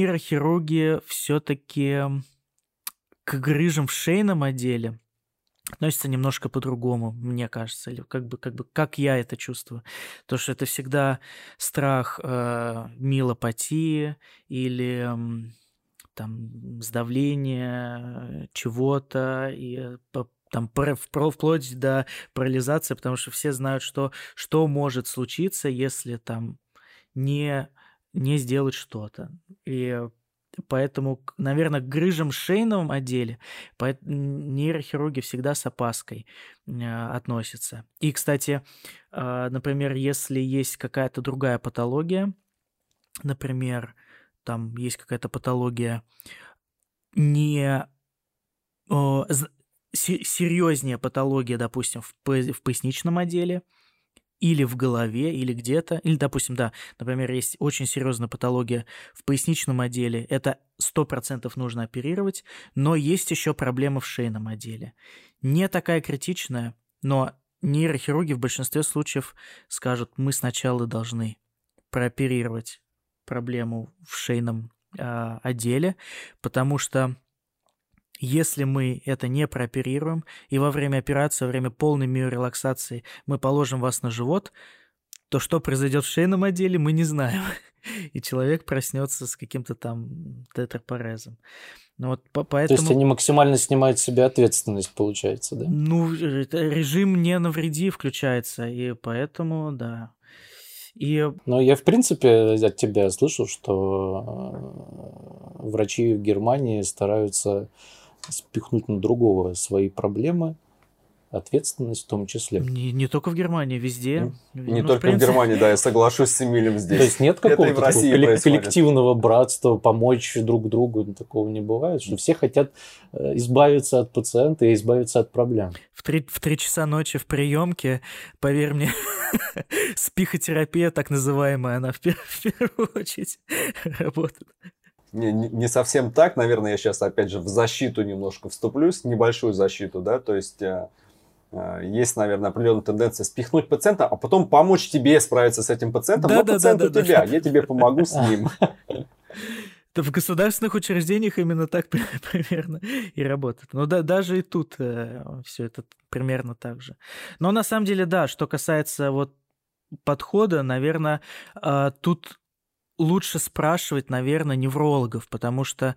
S1: нейрохирурги все-таки к грыжам в шейном отделе относится немножко по-другому, мне кажется, или как я это чувствую. То, что это всегда страх миелопатии или там сдавления чего-то и там вплоть до парализации, потому что все знают, что может случиться, если там не сделать что-то. И поэтому, наверное, к грыжам шейновом отделе нейрохирурги всегда с опаской относятся. И, кстати, например, если есть какая-то другая патология, например, там есть какая-то патология не серьезнее патология, допустим, в поясничном отделе, или в голове, или где-то, или, допустим, да, например, есть очень серьезная патология в поясничном отделе, это 100% нужно оперировать, но есть еще проблема в шейном отделе. Не такая критичная, но нейрохирурги в большинстве случаев скажут, мы сначала должны прооперировать проблему в шейном отделе, потому что если мы это не прооперируем, и во время операции, во время полной миорелаксации мы положим вас на живот, то что произойдет в шейном отделе, мы не знаем. И человек проснется с каким-то там тетрапорезом. Ну, вот поэтому...
S3: То есть они максимально снимают с себя ответственность, получается, да?
S1: Ну, режим «не навреди» включается, и поэтому, да.
S3: Но я, в принципе, от тебя слышал, что врачи в Германии стараются спихнуть на другого свои проблемы, ответственность в том числе.
S1: Не только в Германии, везде.
S4: Не только в Германии, да, я соглашусь с Эмилем здесь.
S3: То есть нет какого-то коллективного братства, помочь друг другу, такого не бывает, что все хотят избавиться от пациента и избавиться от проблем.
S1: В 3 часа ночи в приемке, поверь мне, спихотерапия, так называемая, она в первую очередь работает.
S4: Не совсем так, наверное, я сейчас опять же в защиту немножко вступлюсь, небольшую защиту, да, то есть есть, наверное, определенная тенденция спихнуть пациента, а потом помочь тебе справиться с этим пациентом, но пациент у тебя, я тебе помогу с ним.
S1: В государственных учреждениях именно так примерно и работает. Но даже и тут все это примерно так же. Но на самом деле, да, что касается вот подхода, наверное, тут лучше спрашивать, наверное, неврологов, потому что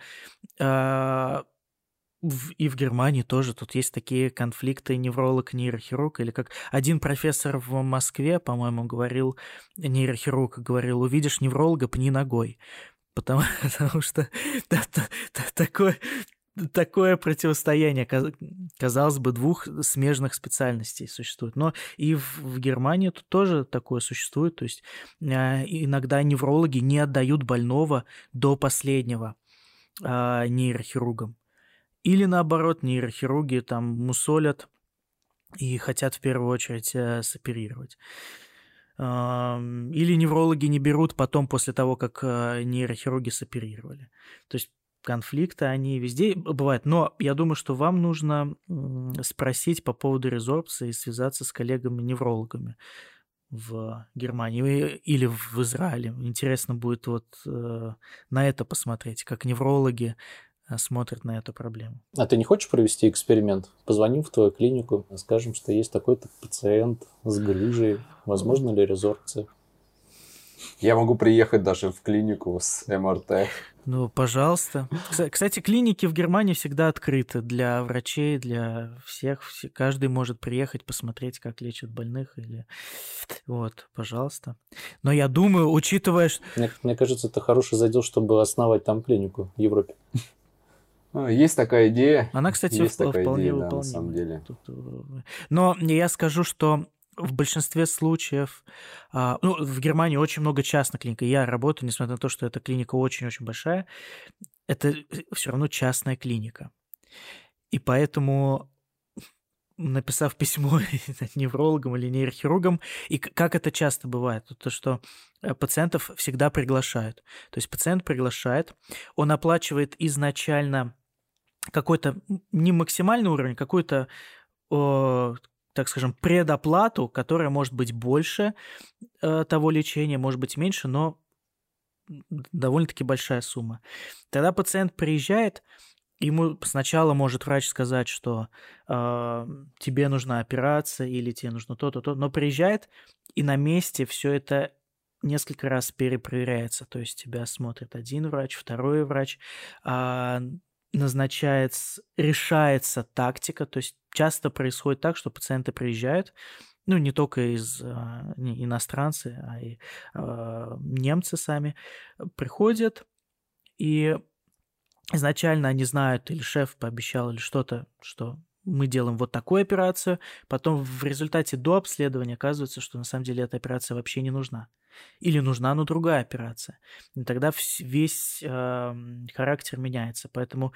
S1: и в Германии тоже тут есть такие конфликты невролог-нейрохирург, или как один профессор в Москве, по-моему, говорил, нейрохирург говорил, увидишь невролога, пни ногой, потому что такое противостояние, казалось бы, двух смежных специальностей существует. Но и в Германии тут тоже такое существует. То есть иногда неврологи не отдают больного до последнего нейрохирургам. Или наоборот, нейрохирурги там мусолят и хотят в первую очередь соперировать. Или неврологи не берут потом после того, как нейрохирурги соперировали. То есть конфликты, они везде бывают. Но я думаю, что вам нужно спросить по поводу резорбции и связаться с коллегами-неврологами в Германии или в Израиле. Интересно будет вот на это посмотреть, как неврологи смотрят на эту проблему.
S3: А ты не хочешь провести эксперимент? Позвоним в твою клинику, скажем, что есть такой-то пациент с грыжей. Возможно ли резорбция?
S4: Я могу приехать даже в клинику с МРТ.
S1: Ну, пожалуйста. Кстати, клиники в Германии всегда открыты для врачей, для всех. Каждый может приехать, посмотреть, как лечат больных. Вот, пожалуйста. Но я думаю, учитывая...
S3: Мне кажется, это хороший задел, чтобы основать там клинику в Европе.
S4: Есть такая идея.
S1: Она, кстати, вполне выполнима.
S4: Да, на самом деле.
S1: Но я скажу, что в большинстве случаев... в Германии очень много частных клиник. Я работаю, несмотря на то, что эта клиника очень-очень большая, это все равно частная клиника. И поэтому, написав письмо неврологам или нейрохирургам, и как это часто бывает, то, что пациентов всегда приглашают. То есть пациент приглашает, он оплачивает изначально какой-то не максимальный уровень, какой-то, так скажем, предоплату, которая может быть больше того лечения, может быть меньше, но довольно-таки большая сумма. Тогда пациент приезжает, ему сначала может врач сказать, что тебе нужна операция или тебе нужно то-то, то, но приезжает, и на месте все это несколько раз перепроверяется. То есть тебя смотрит один врач, второй врач, решается тактика. То есть часто происходит так, что пациенты приезжают, ну, не только иностранцы, а и немцы сами приходят, и изначально они знают, или шеф пообещал, или что-то, что мы делаем вот такую операцию, потом в результате до обследования оказывается, что на самом деле эта операция вообще не нужна. Или нужна, но другая операция. И тогда весь характер меняется. Поэтому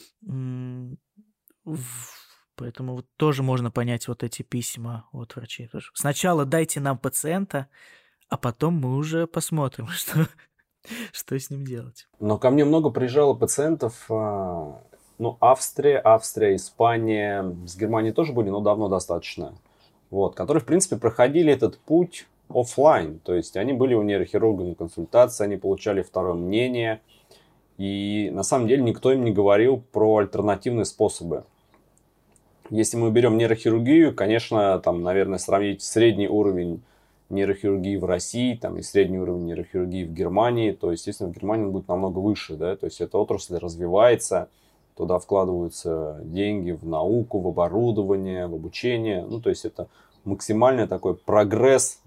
S1: вот тоже можно понять вот эти письма от врачей. Сначала дайте нам пациента, а потом мы уже посмотрим, что с ним делать.
S4: Но ко мне много приезжало пациентов, Австрия, Испания, с Германией тоже были, но давно достаточно, вот, которые, в принципе, проходили этот путь оффлайн, то есть они были у нейрохирурга на консультации, они получали второе мнение, и на самом деле никто им не говорил про альтернативные способы. Если мы берем нейрохирургию, конечно, там, наверное, сравнить средний уровень нейрохирургии в России там, и средний уровень нейрохирургии в Германии, то, естественно, в Германии он будет намного выше, да, то есть эта отрасль развивается, туда вкладываются деньги в науку, в оборудование, в обучение, ну, то есть это максимальный такой прогресс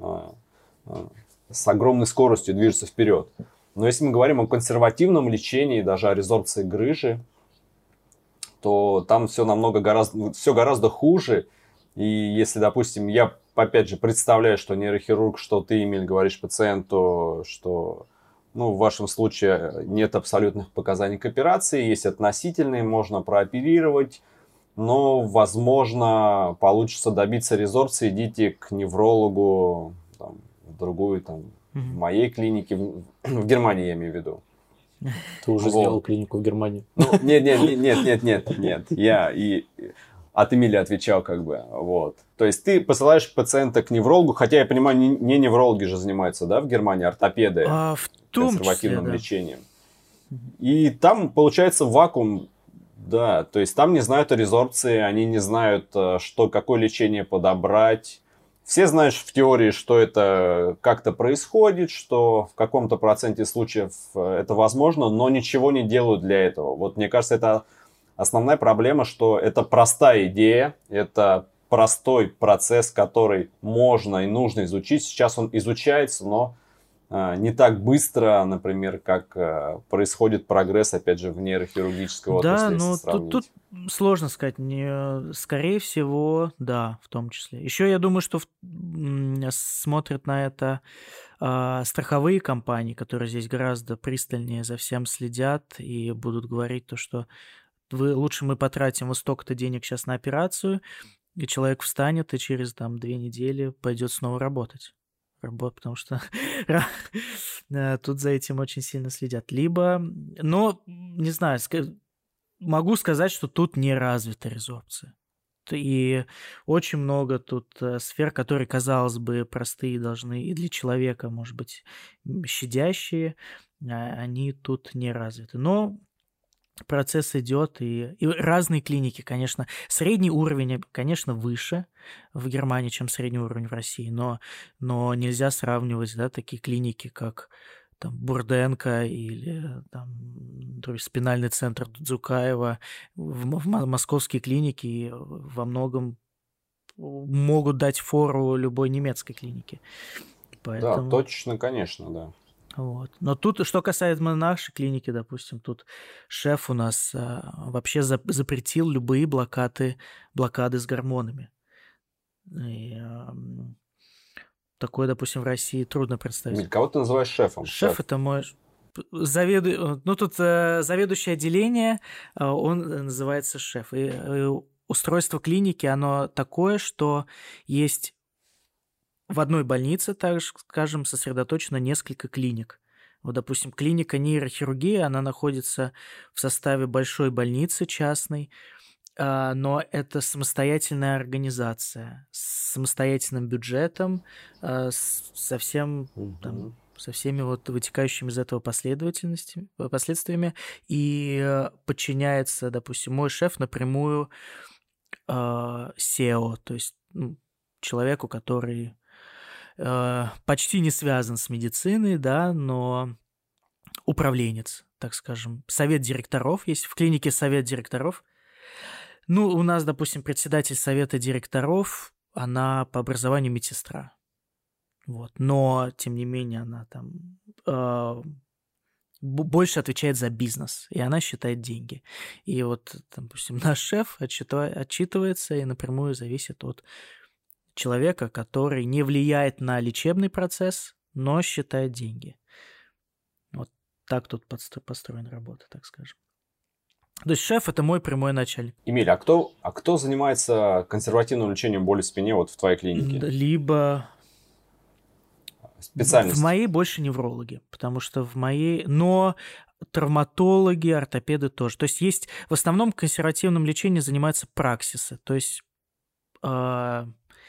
S4: с огромной скоростью движется вперед. Но если мы говорим о консервативном лечении, даже о резорбции грыжи, то там все гораздо хуже. И если, допустим, я, опять же, представляю, что нейрохирург, что ты, Эмиль, говоришь пациенту, что, в вашем случае нет абсолютных показаний к операции, есть относительные, можно прооперировать, но, возможно, получится добиться резорбции, идите к неврологу, там, в другую, там, в моей клинике, в Германии я имею в виду.
S3: Ты уже сделал клинику в Германии?
S4: Нет. Я и от Эмиля отвечал вот. То есть ты посылаешь пациента к неврологу, хотя я понимаю, не неврологи же занимаются, да, в Германии, ортопеды консервативным лечением. И там получается вакуум, да, то есть там не знают о резорбции, они не знают, какое лечение подобрать. Все знают в теории, что это как-то происходит, что в каком-то проценте случаев это возможно, но ничего не делают для этого. Вот мне кажется, это основная проблема, что это простая идея, это простой процесс, который можно и нужно изучить. Сейчас он изучается, но не так быстро, например, как происходит прогресс, опять же, в нейрохирургической отрасли.
S1: Да, но тут сложно сказать. Скорее всего, да, в том числе. Еще я думаю, что смотрят на это страховые компании, которые здесь гораздо пристальнее за всем следят и будут говорить то, что лучше мы потратим вот столько-то денег сейчас на операцию, и человек встанет и через 2 недели пойдет снова работать. Потому что тут за этим очень сильно следят. Но, не знаю, могу сказать, что тут не развита резорбция. И очень много тут сфер, которые, казалось бы, простые должны и для человека, может быть, щадящие, они тут не развиты. Но процесс идет, и разные клиники, конечно. Средний уровень, конечно, выше в Германии, чем средний уровень в России, но нельзя сравнивать, да, такие клиники, как там Бурденко или там спинальный центр Дудзукаева, в московские клиники во многом могут дать фору любой немецкой клинике.
S4: Поэтому... Да, точно, конечно, да.
S1: Вот. Но тут, что касается нашей клиники, допустим, тут шеф у нас вообще запретил любые блокады с гормонами. И, такое, допустим, в России трудно представить.
S4: Кого ты называешь шефом?
S1: Шеф это мой заведующее отделение, он называется шеф. И устройство клиники, оно такое, что есть в одной больнице, так скажем, сосредоточено несколько клиник. Вот, допустим, клиника нейрохирургии, она находится в составе большой больницы частной, но это самостоятельная организация с самостоятельным бюджетом, со всем там, со всеми вот вытекающими из этого последствиями, и подчиняется, допустим, мой шеф напрямую SEO, то есть человеку, который почти не связан с медициной, да, но управленец, так скажем. Совет директоров есть, в клинике совет директоров. Ну, у нас, допустим, председатель совета директоров, она по образованию медсестра. Вот. Но, тем не менее, она там больше отвечает за бизнес, и она считает деньги. И вот, допустим, наш шеф отчитывается и напрямую зависит от человека, который не влияет на лечебный процесс, но считает деньги. Вот так тут построена работа, так скажем. То есть шеф – это мой прямой начальник.
S4: Эмиль, а кто занимается консервативным лечением боли в спине вот в твоей клинике?
S1: Либо
S4: специальность.
S1: В моей больше неврологи, потому что в моей... Но травматологи, ортопеды тоже. То есть есть... В основном консервативным лечением занимаются праксисы, то есть как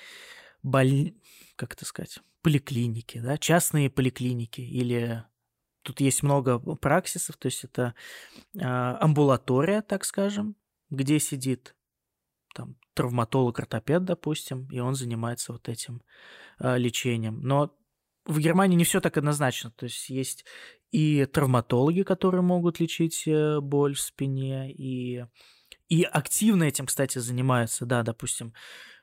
S1: это сказать? Поликлиники, да? Частные поликлиники или... Тут есть много праксисов, то есть это амбулатория, так скажем, где сидит там травматолог-ортопед, допустим, и он занимается вот этим лечением. Но в Германии не все так однозначно. То есть есть и травматологи, которые могут лечить боль в спине, и активно этим, кстати, занимаются, да, допустим,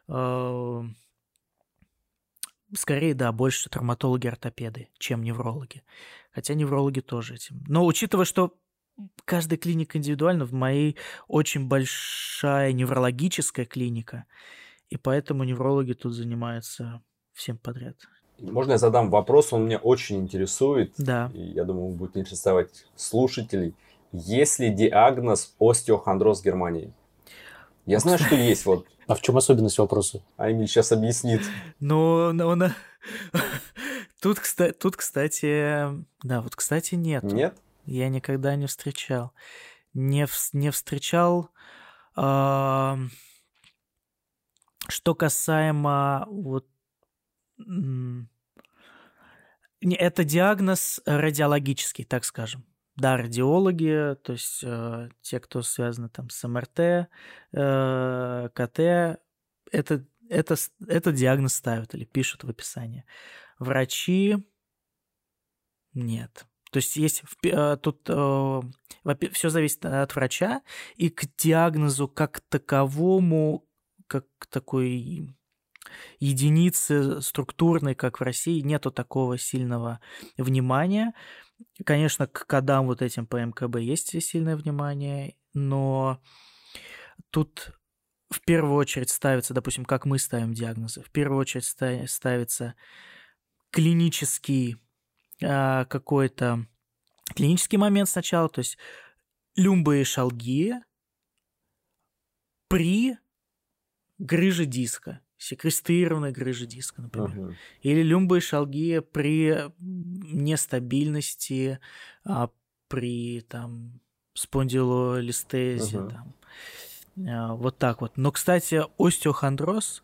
S1: скорее, да, больше травматологи-ортопеды, чем неврологи. Хотя неврологи тоже этим. Но учитывая, что каждая клиника индивидуальна, в моей очень большая неврологическая клиника, и поэтому неврологи тут занимаются всем подряд.
S4: Можно я задам вопрос? Он меня очень интересует.
S1: Да.
S4: И я думаю, он будет интересовать слушателей. Есть ли диагноз остеохондроз в Германии? Я знаю, что есть. Вот.
S3: А в чем особенность вопроса?
S4: А Эмиль сейчас объяснит.
S1: Тут, кстати, да, вот, кстати, нет.
S4: Нет?
S1: Я никогда не встречал. Не встречал. Что касаемо вот... Это диагноз радиологический, так скажем. Да, радиологи, то есть те, кто связаны там с МРТ, КТ, этот диагноз ставят или пишут в описании. Врачи нет. То есть тут все зависит от врача, и к диагнозу как таковому, как такой единицы структурной, как в России, нету такого сильного внимания. Конечно, к кодам вот этим по МКБ есть сильное внимание, но тут в первую очередь ставится, допустим, как мы ставим диагнозы, в первую очередь ставится клинический какой-то клинический момент сначала, то есть люмбоэшалгия при грыже диска, секвестрированной грыже диска, например. Или люмбоэшалгия при нестабильности, при там спондилолистезе, там. Вот так вот. Но, кстати, остеохондроз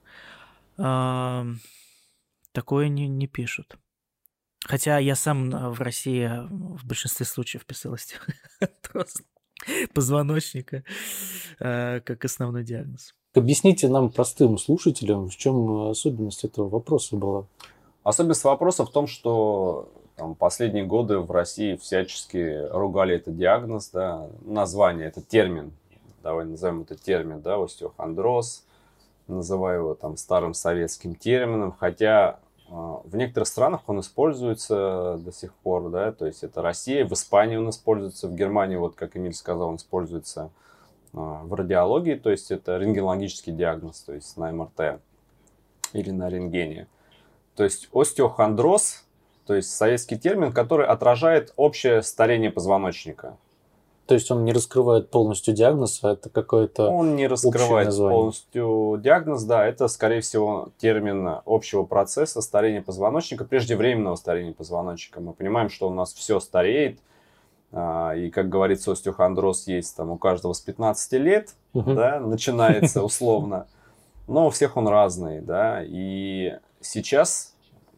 S1: такое не пишут. Хотя я сам в России в большинстве случаев писал остеохондроз позвоночника как основной диагноз.
S3: Объясните нам, простым слушателям, в чем особенность этого вопроса была?
S4: Особенность вопроса в том, что там, последние годы в России всячески ругали этот диагноз, да, название, это термин. Давай назовем это термин, да, остеохондроз, называю его там старым советским термином, хотя в некоторых странах он используется до сих пор, да, то есть это Россия, в Испании он используется, в Германии, вот как Эмиль сказал, он используется в радиологии, то есть это рентгенологический диагноз, то есть на МРТ или на рентгене. То есть остеохондроз, то есть советский термин, который отражает общее старение позвоночника.
S3: То есть он не раскрывает полностью диагноз, а это какое-то
S4: Он не раскрывает полностью диагноз, да, это, скорее всего, термин общего процесса старения позвоночника, преждевременного старения позвоночника. Мы понимаем, что у нас все стареет, и, как говорится, остеохондроз есть там у каждого с 15 лет, да, начинается условно, но у всех он разный, да, и сейчас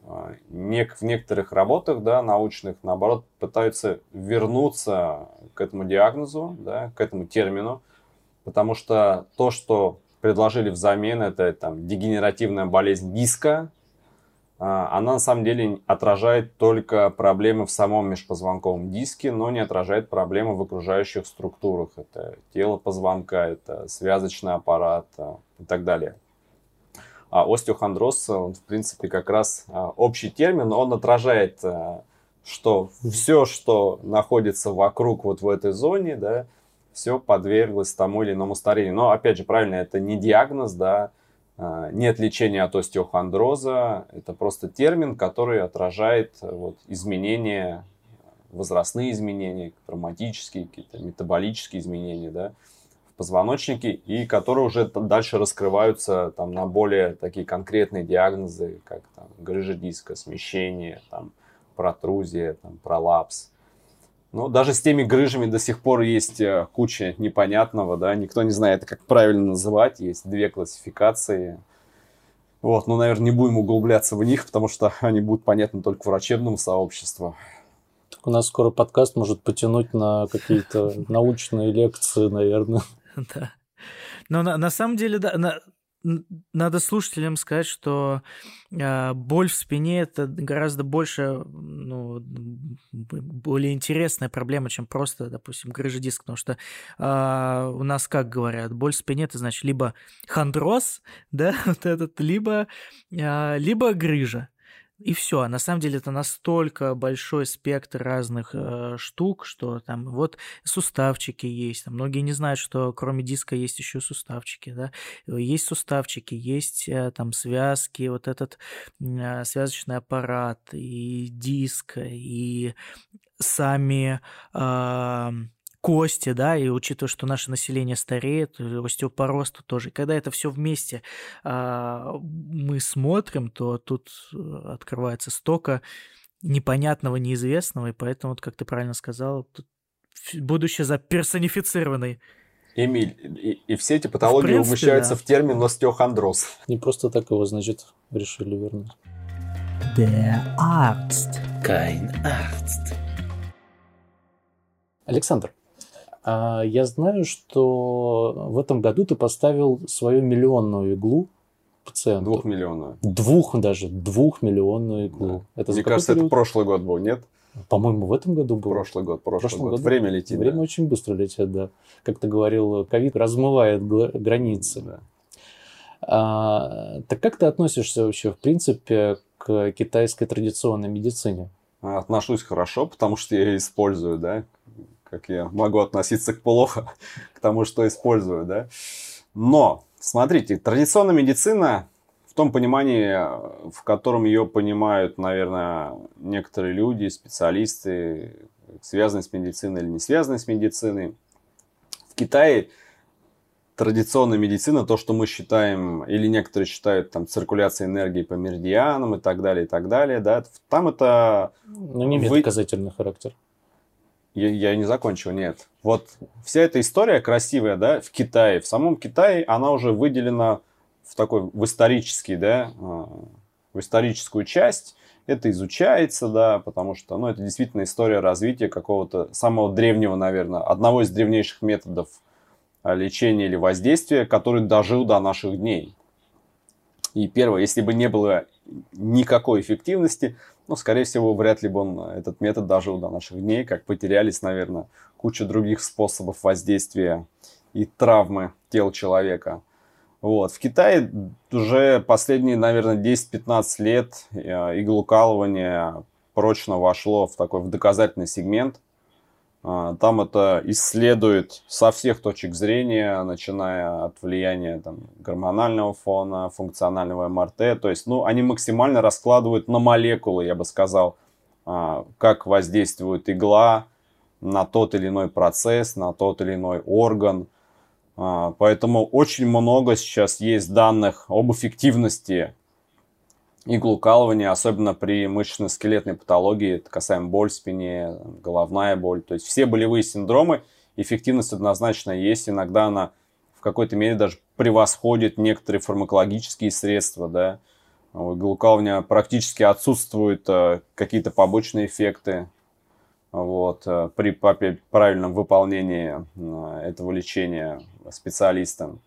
S4: В некоторых работах, да, научных, наоборот, пытаются вернуться к этому диагнозу, да, к этому термину, потому что то, что предложили взамен, это там дегенеративная болезнь диска, она на самом деле отражает только проблемы в самом межпозвонковом диске, но не отражает проблемы в окружающих структурах. Это тело позвонка, это связочный аппарат и так далее. А остеохондроз, он, в принципе, как раз общий термин, он отражает, что все, что находится вокруг вот в этой зоне, да, все подверглось тому или иному старению. Но, опять же, правильно, это не диагноз, да, нет лечения от остеохондроза, это просто термин, который отражает вот, изменения, возрастные изменения, травматические, какие-то метаболические изменения, да, в позвоночнике, и которые уже дальше раскрываются там, на более такие конкретные диагнозы, как там, грыжа диска, смещение, там, протрузия, там, пролапс. Но даже с теми грыжами до сих пор есть куча непонятного, да, никто не знает, как правильно называть, есть 2 классификации. Вот, ну, наверное, не будем углубляться в них, потому что они будут понятны только врачебному сообществу.
S3: Так у нас скоро подкаст может потянуть на какие-то научные лекции, наверное.
S1: Да. Но на самом деле, да, надо слушателям сказать, что боль в спине – это гораздо больше, ну, более интересная проблема, чем просто, допустим, грыжа диска, потому что у нас, как говорят, боль в спине – это значит либо хондроз, да, вот этот, либо грыжа. И все. А на самом деле это настолько большой спектр разных штук, что там вот суставчики есть. Там многие не знают, что кроме диска есть еще суставчики, да. Есть суставчики, есть там связки, вот этот связочный аппарат, и диск, и сами кости, да, и учитывая, что наше население стареет, остеопороз тут тоже. И когда это все вместе мы смотрим, то тут открывается столько непонятного, неизвестного, и поэтому, вот, как ты правильно сказал, тут будущее за персонифицированной.
S4: Эмиль, и все эти патологии умещаются в термин остеохондроз.
S3: Не просто так его, значит, решили вернуть.
S1: Der Arzt.
S3: Kein Arzt. Александр, я знаю, что в этом году ты поставил свою миллионную иглу пациенту.
S4: 2-миллионную.
S3: 2-миллионную иглу.
S4: Да. Это мне кажется, период? Это прошлый год был, нет?
S3: По-моему, в этом году был.
S4: Прошлый год. Время летит.
S3: Время очень быстро летит, да. Как ты говорил, ковид размывает границы. Да. Так как ты относишься вообще, в принципе, к китайской традиционной медицине?
S4: Отношусь хорошо, потому что я ее использую, да. Как я могу относиться плохо к тому, что использую, да. Но, смотрите, традиционная медицина, в том понимании, в котором ее понимают, наверное, некоторые люди, специалисты, связанные с медициной или не связанные с медициной. В Китае традиционная медицина, то, что мы считаем, или некоторые считают там циркуляцией энергии по меридианам и так далее, да, там это...
S3: Ну, не имеет доказательный характер.
S4: Я не закончил, нет. Вот вся эта история красивая, да, в Китае, в самом Китае, она уже выделена в исторический, да, в историческую часть. Это изучается, да, потому что, ну, это действительно история развития какого-то самого древнего, наверное, одного из древнейших методов лечения или воздействия, который дожил до наших дней. И первое, если бы не было никакой эффективности, ну, скорее всего, вряд ли бы этот метод дожил до наших дней, как потерялись, наверное, куча других способов воздействия и травмы тел человека. Вот. В Китае уже последние, наверное, 10-15 лет иглоукалывание прочно вошло в доказательный сегмент. Там это исследуют со всех точек зрения, начиная от влияния там, гормонального фона, функционального МРТ. То есть, ну, они максимально раскладывают на молекулы, я бы сказал, как воздействует игла на тот или иной процесс, на тот или иной орган. Поэтому очень много сейчас есть данных об эффективности иглоукалывания, особенно при мышечно-скелетной патологии, это касаемо боль в спине, головная боль. То есть все болевые синдромы, эффективность однозначно есть. Иногда она в какой-то мере даже превосходит некоторые фармакологические средства, да, Иглоукалывания практически отсутствуют какие-то побочные эффекты. Вот, при правильном выполнении этого лечения специалистом.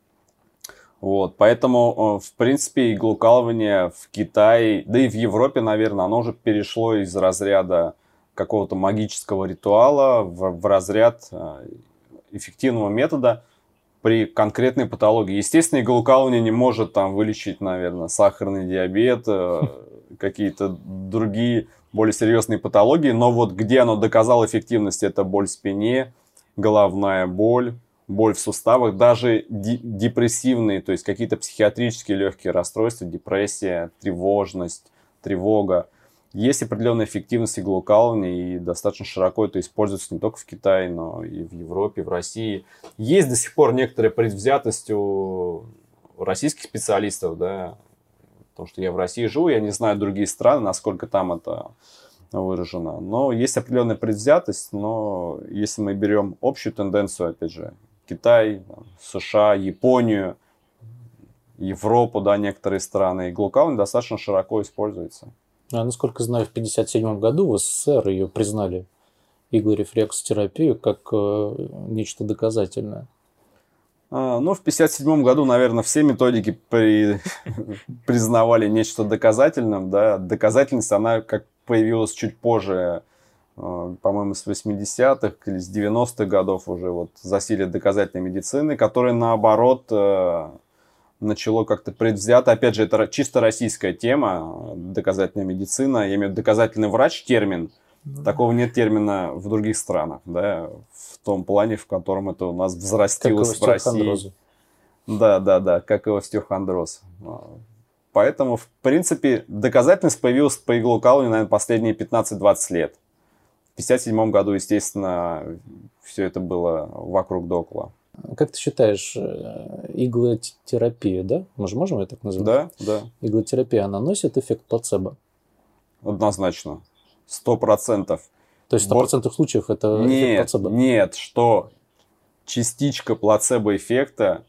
S4: Вот, поэтому, в принципе, иглоукалывание в Китае, да и в Европе, наверное, оно уже перешло из разряда какого-то магического ритуала в разряд эффективного метода при конкретной патологии. Естественно, иглоукалывание не может там вылечить, наверное, сахарный диабет, какие-то другие более серьезные патологии, но вот где оно доказало эффективность, это боль в спине, головная боль, боль в суставах, даже депрессивные, то есть какие-то психиатрические легкие расстройства, депрессия, тревожность, тревога. Есть определенная эффективность иглоукалывания, и достаточно широко это используется не только в Китае, но и в Европе, в России. Есть до сих пор некоторая предвзятость у российских специалистов, да, потому что я в России живу, я не знаю другие страны, насколько там это выражено. Но есть определенная предвзятость, но если мы берем общую тенденцию, опять же, Китай, США, Японию, Европу, да, некоторые страны, иглоукалывание достаточно широко используется.
S3: А насколько знаю, в 1957 году в СССР ее признали, иглорефлексотерапию, как нечто доказательное.
S4: Ну, в 1957 году, наверное, все методики признавали нечто доказательным. Да. Доказательность, она как появилась чуть позже, по-моему, с 80-х или с 90-х годов уже вот засилие доказательной медицины, которая, наоборот, начало как-то предвзято. Опять же, это чисто российская тема, доказательная медицина. Я имею в виду доказательный врач термин. Такого нет термина в других странах, да, в том плане, в котором это у нас взрастилось в России. Да, как и остеохондроз. Поэтому, в принципе, доказательность появилась по иглоукалыванию, наверное, последние 15-20 лет. В 1957 году, естественно, все это было вокруг да около.
S3: Как ты считаешь, иглотерапия, да? Мы же можем ее так назвать?
S4: Да.
S3: Иглотерапия, она носит эффект плацебо?
S4: Однозначно. 100%.
S3: То есть в 100% случаев это эффект плацебо?
S4: Нет, что частичка плацебо-эффекта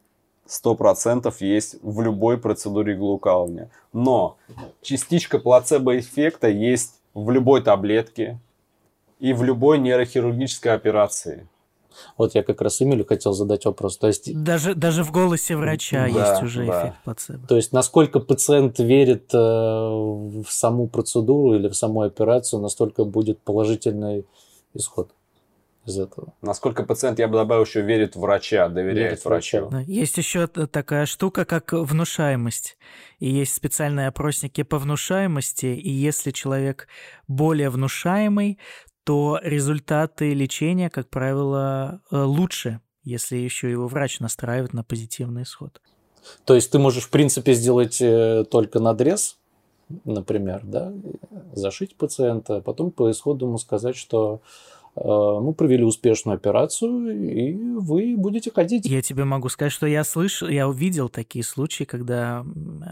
S4: 100% есть в любой процедуре иглоукалывания. Но частичка плацебо-эффекта есть в любой таблетке и в любой нейрохирургической операции.
S3: Вот я как раз Эмилю хотел задать вопрос. То есть
S1: даже в голосе врача есть уже эффект плацебо.
S3: То есть насколько пациент верит в саму процедуру или в саму операцию, настолько будет положительный исход из этого.
S4: Насколько пациент, я бы добавил, еще верит в врача, доверяет врачу.
S1: Да. Есть еще такая штука, как внушаемость. И есть специальные опросники по внушаемости. И если человек более внушаемый, то результаты лечения, как правило, лучше, если еще его врач настраивает на позитивный исход.
S3: То есть ты можешь, в принципе, сделать только надрез, например, да, зашить пациента, а потом по исходу ему сказать, что мы провели успешную операцию, и вы будете ходить.
S1: Я тебе могу сказать, что я увидел такие случаи, когда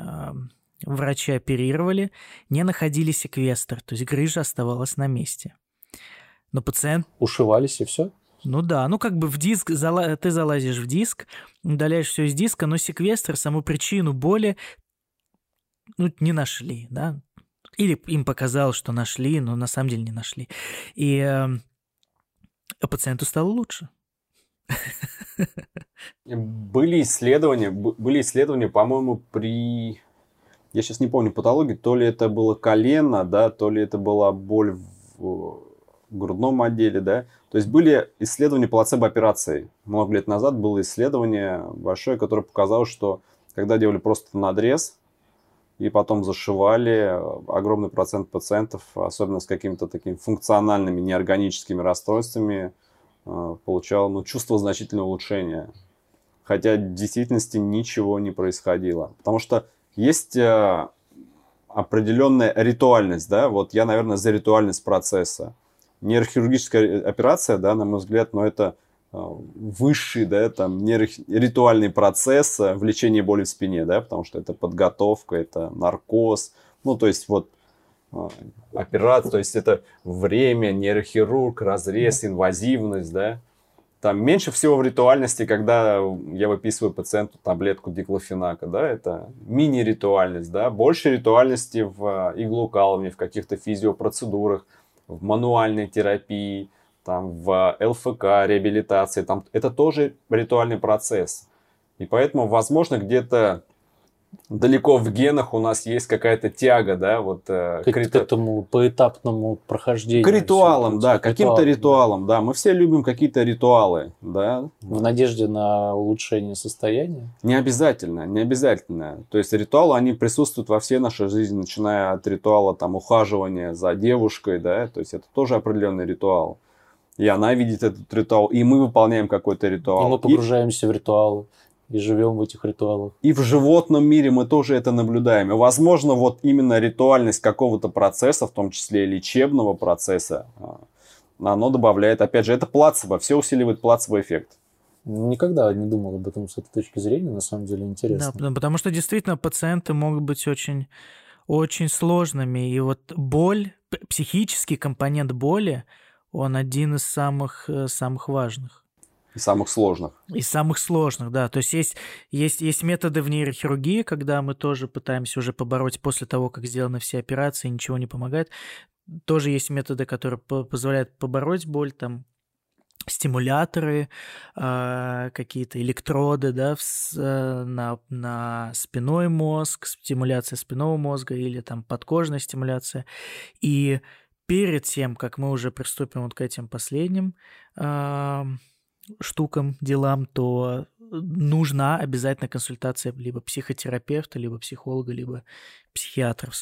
S1: врачи оперировали, не находили секвестр, то есть грыжа оставалась на месте. Но пациент...
S3: Ушивались и все?
S1: Ну да, как бы в диск, ты залазишь в диск, удаляешь все из диска, но секвестр, саму причину боли, не нашли, да? Или им показалось, что нашли, но на самом деле не нашли. И пациенту стало лучше.
S4: Были исследования, по-моему, при... Я сейчас не помню патологии, то ли это было колено, да, то ли это была боль в грудном отделе, да. То есть были исследования плацебо-операций. Много лет назад было исследование большое, которое показало, что когда делали просто надрез и потом зашивали, огромный процент пациентов, особенно с какими-то такими функциональными неорганическими расстройствами, получал чувство значительного улучшения. Хотя в действительности ничего не происходило. Потому что есть определенная ритуальность, да, вот я, наверное, за ритуальность процесса. Нейрохирургическая операция, да, на мой взгляд, но это высший, да, там, ритуальный процесс в лечении боли в спине, да, потому что это подготовка, это наркоз, то есть вот операция, то есть это время, нейрохирург, разрез, инвазивность, да, Там меньше всего в ритуальности, когда я выписываю пациенту таблетку диклофенака, да, это мини-ритуальность, да, больше ритуальности в иглоукалывании, в каких-то физиопроцедурах, в мануальной терапии, там, в ЛФК, реабилитации, там, это тоже ритуальный процесс. И поэтому, возможно, где-то далеко в генах у нас есть какая-то тяга, да, вот
S3: к этому поэтапному прохождению.
S4: К ритуалам, да, каким-то ритуалам, да. Мы все любим какие-то ритуалы, да.
S3: В надежде на улучшение состояния?
S4: Не обязательно, не обязательно. То есть ритуалы, они присутствуют во всей нашей жизни, начиная от ритуала там ухаживания за девушкой, да, то есть это тоже определенный ритуал. И она видит этот ритуал, и мы выполняем какой-то ритуал.
S3: И мы погружаемся в ритуал. И живем в этих ритуалах.
S4: И в животном мире мы тоже это наблюдаем. И, возможно, вот именно ритуальность какого-то процесса, в том числе лечебного процесса, оно добавляет, опять же, это плацебо, все усиливает плацебо-эффект.
S3: Никогда не думал об этом с этой точки зрения, на самом деле интересно.
S1: Да, потому что действительно пациенты могут быть очень, очень сложными. И вот боль, психический компонент боли, он один из самых важных.
S4: И самых сложных.
S1: Из самых сложных, да. То есть есть методы в нейрохирургии, когда мы тоже пытаемся уже побороть после того, как сделаны все операции, ничего не помогает. Тоже есть методы, которые позволяют побороть боль, там стимуляторы, какие-то электроды, да, на спинной мозг, стимуляция спинного мозга или там подкожная стимуляция. И перед тем, как мы уже приступим вот к этим последним штукам, делам, то нужна обязательно консультация либо психотерапевта, либо психолога, либо психиатра в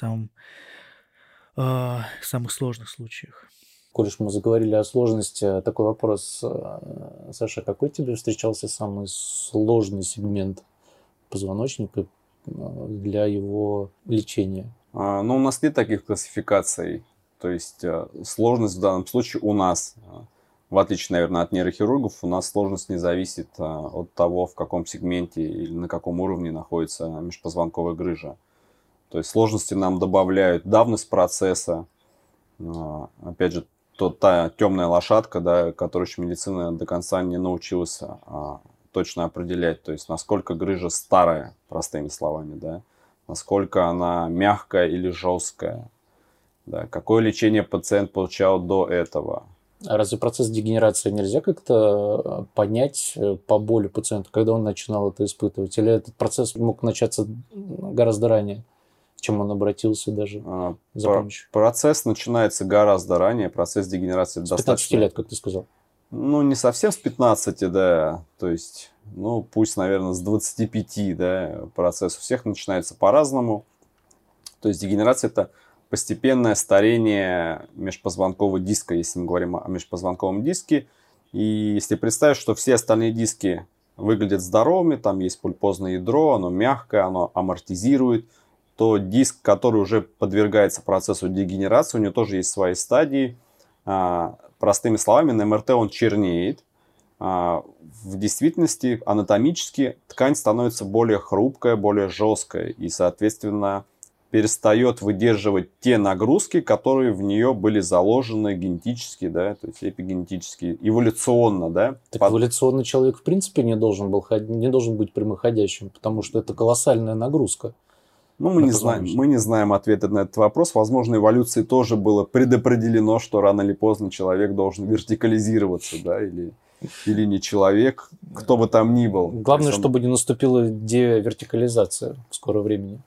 S1: самых сложных случаях.
S3: Коль уж мы заговорили о сложности, такой вопрос. Саша, какой тебе встречался самый сложный сегмент позвоночника для его лечения?
S4: Ну, у нас нет таких классификаций. То есть сложность в данном случае у нас, в отличие, наверное, от нейрохирургов, у нас сложность не зависит от того, в каком сегменте или на каком уровне находится межпозвонковая грыжа. То есть сложности нам добавляют давность процесса, опять же, та темная лошадка, да, которую еще медицина до конца не научилась точно определять. То есть насколько грыжа старая, простыми словами, да, насколько она мягкая или жесткая, да, какое лечение пациент получал до этого.
S3: А разве процесс дегенерации нельзя как-то понять по боли пациента, когда он начинал это испытывать? Или этот процесс мог начаться гораздо ранее, чем он обратился даже за помощью?
S4: Процесс начинается гораздо ранее, процесс дегенерации
S3: с
S4: достаточно...
S3: 15 лет, как ты сказал.
S4: Ну, не совсем с 15, да, то есть, ну, пусть, наверное, с 25, да, процесс у всех начинается по-разному. То есть дегенерация – это постепенное старение межпозвонкового диска, если мы говорим о межпозвонковом диске. И если представить, что все остальные диски выглядят здоровыми, там есть пульпозное ядро, оно мягкое, оно амортизирует, то диск, который уже подвергается процессу дегенерации, у него тоже есть свои стадии. Простыми словами, на МРТ он чернеет. В действительности анатомически ткань становится более хрупкая, более жесткая и, соответственно, перестает выдерживать те нагрузки, которые в нее были заложены генетически, да, то есть эпигенетически, эволюционно, да.
S3: Так эволюционно человек в принципе не должен быть прямоходящим, потому что это колоссальная нагрузка.
S4: Ну, мы не знаем ответа на этот вопрос. Возможно, эволюции тоже было предопределено, что рано или поздно человек должен вертикализироваться, да, или не человек, кто бы там ни был.
S3: Главное, чтобы не наступила девертикализация в скором времени.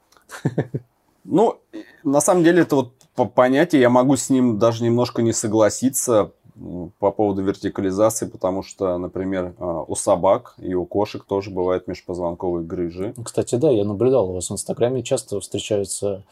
S4: Ну, на самом деле, это вот понятие, я могу с ним даже немножко не согласиться по поводу вертикализации, потому что, например, у собак и у кошек тоже бывают межпозвонковые грыжи.
S3: Кстати, да, я наблюдал у вас в Инстаграме, часто встречаются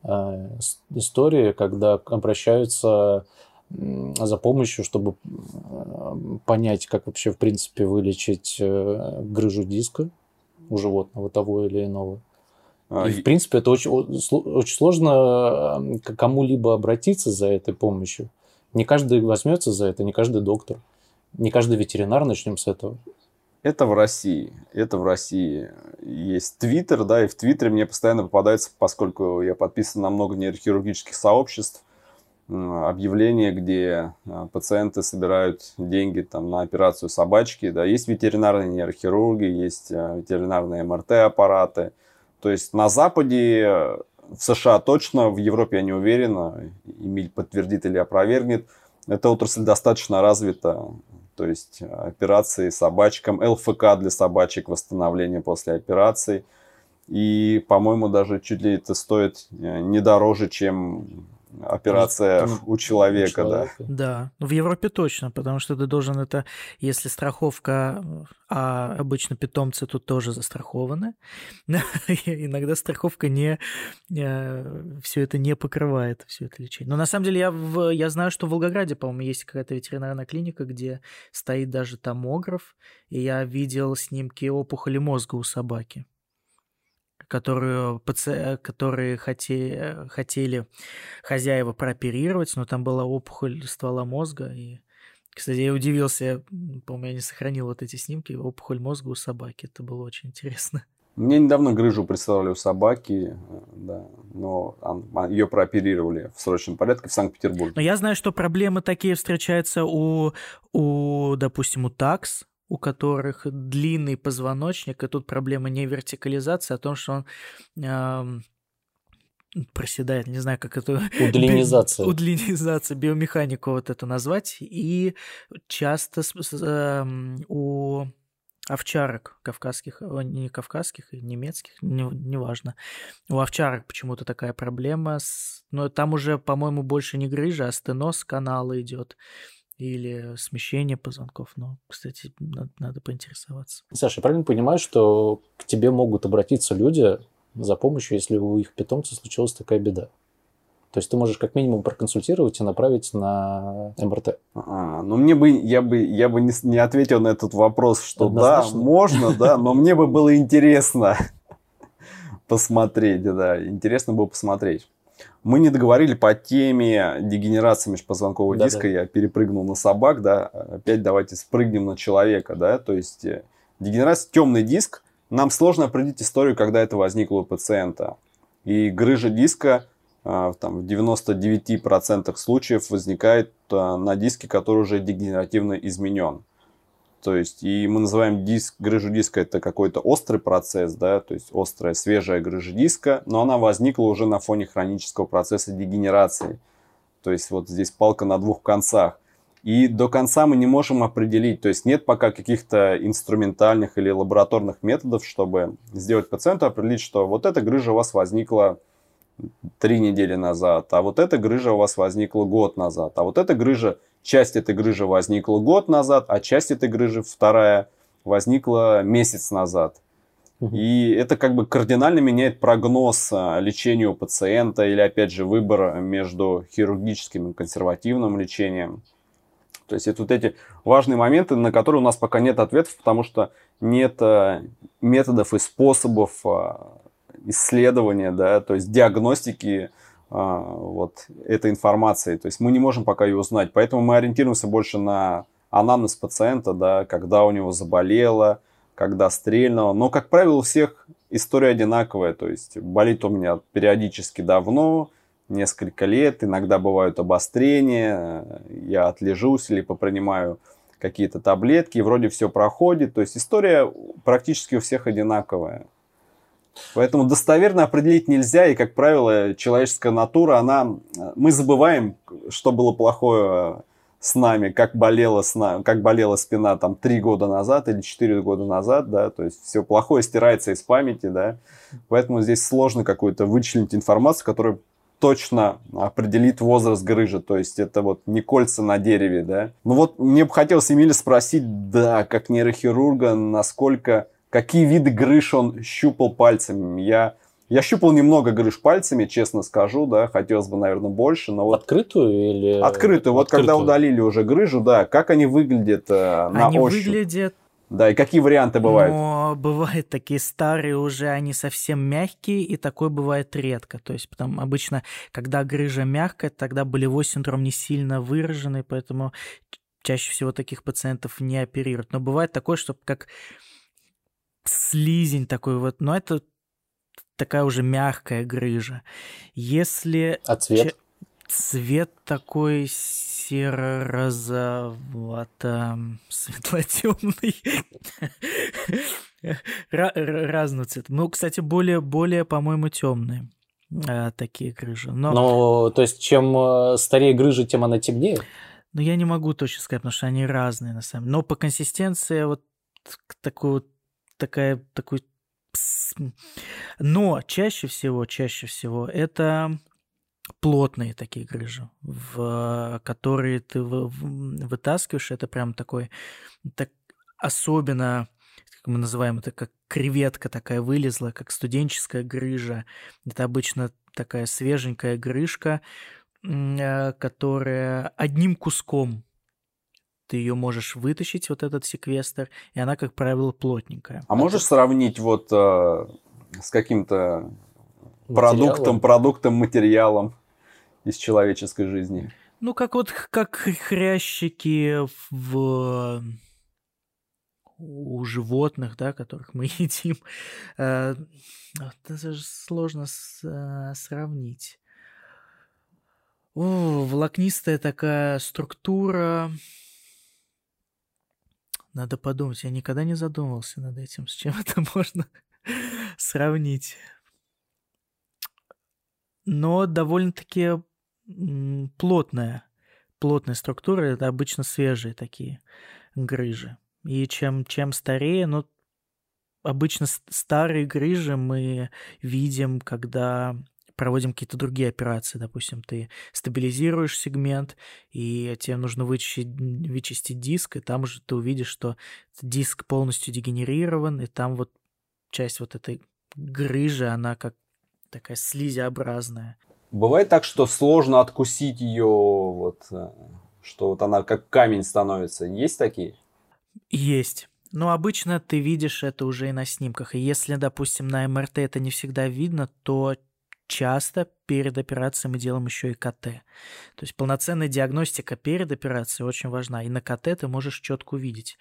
S3: истории, когда обращаются за помощью, чтобы понять, как вообще, в принципе, вылечить грыжу диска у животного того или иного. И, в принципе, это очень сложно кому-либо обратиться за этой помощью. Не каждый возьмется за это, не каждый доктор, не каждый ветеринар, начнем с этого.
S4: Это в России. Есть Твиттер, да, и в Твиттере мне постоянно попадается, поскольку я подписан на много нейрохирургических сообществ, объявления, где пациенты собирают деньги там, на операцию собачки. Да. Есть ветеринарные нейрохирурги, есть ветеринарные МРТ-аппараты. То есть на Западе, в США точно, в Европе я не уверен, Эмиль подтвердит или опровергнет, эта отрасль достаточно развита. То есть операции собачкам, ЛФК для собачек, восстановление после операций. И, по-моему, даже чуть ли это стоит не дороже, чем операция у человека, да.
S1: Да, в Европе точно, потому что ты должен это, если страховка, а обычно питомцы тут тоже застрахованы, иногда страховка не все это не покрывает, все это лечение. Но на самом деле я знаю, что в Волгограде, по-моему, есть какая-то ветеринарная клиника, где стоит даже томограф, и я видел снимки опухоли мозга у собаки, которые хотели хозяева прооперировать, но там была опухоль ствола мозга. И, кстати, я удивился, по-моему, я не сохранил вот эти снимки, опухоль мозга у собаки. Это было очень интересно.
S4: Мне недавно грыжу прислали у собаки, да, но ее прооперировали в срочном порядке в Санкт-Петербурге.
S1: Но я знаю, что проблемы такие встречаются допустим, у такс, у которых длинный позвоночник, и тут проблема не вертикализации, а том, что он проседает, не знаю, как это...
S3: Удлинизация.
S1: Удлинизация, биомеханику вот это назвать. И часто у овчарок кавказских, не кавказских, немецких, неважно. У овчарок почему-то такая проблема. Но там уже, по-моему, больше не грыжа, а стеноз канала идет. Или смещение позвонков. Но, кстати, надо поинтересоваться.
S3: Саша, я правильно понимаю, что к тебе могут обратиться люди за помощью, если у их питомца случилась такая беда? То есть ты можешь как минимум проконсультировать и направить на МРТ.
S4: Ну, я бы не ответил на этот вопрос, что
S3: однозначно?
S4: Да, можно, да, но мне бы было интересно посмотреть, да, интересно было посмотреть. Мы не договорили по теме дегенерации межпозвонкового диска, я перепрыгнул на собак, да, опять давайте спрыгнем на человека, да, то есть дегенерация, темный диск, нам сложно определить историю, когда это возникло у пациента. И грыжа диска там, в 99% случаев возникает на диске, который уже дегенеративно изменен. То есть, и мы называем грыжу диска это какой-то острый процесс, да, то есть острая, свежая грыжа диска, но она возникла уже на фоне хронического процесса дегенерации. То есть, вот здесь палка на двух концах. И до конца мы не можем определить, то есть нет пока каких-то инструментальных или лабораторных методов, чтобы сделать пациенту определить, что вот эта грыжа у вас возникла 3 недели назад, а вот эта грыжа у вас возникла год назад, а вот эта грыжа, часть этой грыжи возникла год назад, а часть этой грыжи, вторая, возникла месяц назад. И это как бы кардинально меняет прогноз лечения у пациента или, опять же, выбор между хирургическим и консервативным лечением. То есть это вот эти важные моменты, на которые у нас пока нет ответов, потому что нет методов и способов исследования, да, то есть диагностики вот этой информации. То есть мы не можем пока ее узнать, поэтому мы ориентируемся больше на анамнез пациента, да, когда у него заболело, когда стрельнуло. Но, как правило, у всех история одинаковая, то есть болит у меня периодически давно, несколько лет, иногда бывают обострения, я отлежусь или попринимаю какие-то таблетки, и вроде все проходит. То есть история практически у всех одинаковая. Поэтому достоверно определить нельзя, и, как правило, человеческая натура, мы забываем, что было плохое с нами, как болела спина там 3 года назад или 4 года назад, да, то есть все плохое стирается из памяти, да, поэтому здесь сложно какую-то вычленить информацию, которая точно определит возраст грыжи, то есть это вот не кольца на дереве, да. Ну вот мне бы хотелось Эмиля спросить, да, как нейрохирурга, какие виды грыж он щупал пальцами. Я щупал немного грыж пальцами, честно скажу, да, хотелось бы, наверное, больше, но вот...
S3: Открытую или...
S4: Открытую, вот когда удалили уже грыжу, да, как они выглядят на ощупь?
S1: Они выглядят...
S4: Да, и какие варианты бывают?
S1: Но бывают такие старые уже, они совсем мягкие, и такое бывает редко. То есть потом обычно, когда грыжа мягкая, тогда болевой синдром не сильно выраженный, поэтому чаще всего таких пациентов не оперируют. Но бывает такое, что как слизень такой вот, но это такая уже мягкая грыжа. Если...
S3: А цвет?
S1: Цвет такой серо-розовато-светло-темный. Разного цвета. Ну, кстати, более, по-моему, темные такие грыжи.
S3: Ну, то есть, чем старее грыжа, тем она темнее?
S1: Но я не могу точно сказать, потому что они разные, на самом деле. Но по консистенции вот такой. Но чаще всего это плотные такие грыжи, которые ты вытаскиваешь. Это прям такой, особенно, как мы называем это, как креветка такая вылезла, как студенческая грыжа. Это обычно такая свеженькая грыжка, которая одним куском ты ее можешь вытащить, вот этот секвестр, и она, как правило, плотненькая.
S4: А можешь сравнить вот с каким-то продуктом, материалом из человеческой жизни?
S1: Ну, как хрящики у животных, да, которых мы едим. Это же сложно сравнить. Волокнистая такая структура. Надо подумать. Я никогда не задумывался над этим, с чем это можно сравнить. Но довольно-таки плотная структура. Это обычно свежие такие грыжи. И чем старее, но обычно старые грыжи мы видим, когда проводим какие-то другие операции. Допустим, ты стабилизируешь сегмент, и тебе нужно вычистить диск, и там уже ты увидишь, что диск полностью дегенерирован, и там вот часть вот этой грыжи, она как такая слизеобразная.
S4: Бывает так, что сложно откусить ее, вот, что вот она как камень становится. Есть такие?
S1: Есть. Но обычно ты видишь это уже и на снимках. И если, допустим, на МРТ это не всегда видно, то часто перед операцией мы делаем еще и КТ. То есть полноценная диагностика перед операцией очень важна. И на КТ ты можешь четко увидеть,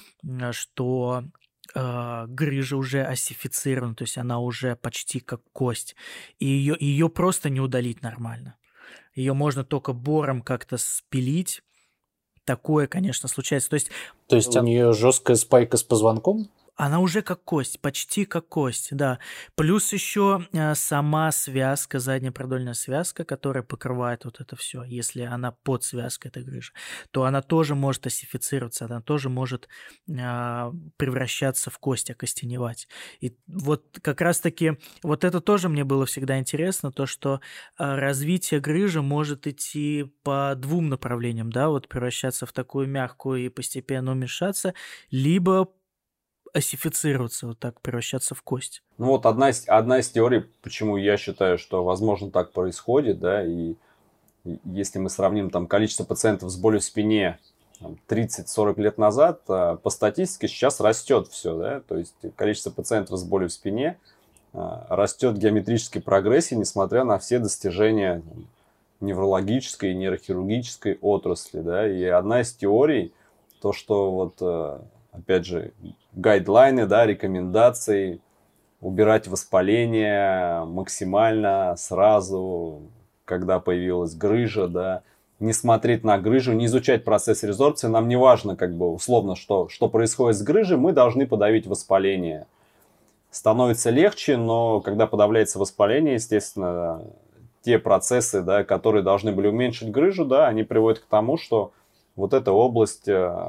S1: что грыжа уже осифицирована, то есть она уже почти как кость. И ее просто не удалить нормально. Ее можно только бором как-то спилить. Такое, конечно, случается.
S3: То есть у нее жесткая спайка с позвонком?
S1: Она уже как кость, почти как кость, да. Плюс еще сама связка, задняя продольная связка, которая покрывает вот это все. Если она под связкой, этой грыжи, то она тоже может осифицироваться, она тоже может превращаться в кость, окостеневать. И вот как раз-таки вот это тоже мне было всегда интересно, то, что развитие грыжи может идти по двум направлениям, да, вот превращаться в такую мягкую и постепенно уменьшаться, либо осифицироваться, вот так, превращаться в кость.
S4: Ну вот одна из теорий, почему я считаю, что возможно так происходит, да, и если мы сравним там количество пациентов с болью в спине 30-40 лет назад, по статистике сейчас растет все, да, то есть количество пациентов с болью в спине растет в геометрической прогрессии, несмотря на все достижения неврологической и нейрохирургической отрасли, да, и одна из теорий, то, что вот, опять же, гайдлайны, да, рекомендации убирать воспаление максимально сразу, когда появилась грыжа, да, не смотреть на грыжу, не изучать процесс резорбции. Нам не важно, как бы, условно, что происходит с грыжей, мы должны подавить воспаление. Становится легче, но когда подавляется воспаление, естественно, те процессы, да, которые должны были уменьшить грыжу, да, они приводят к тому, что вот эта область...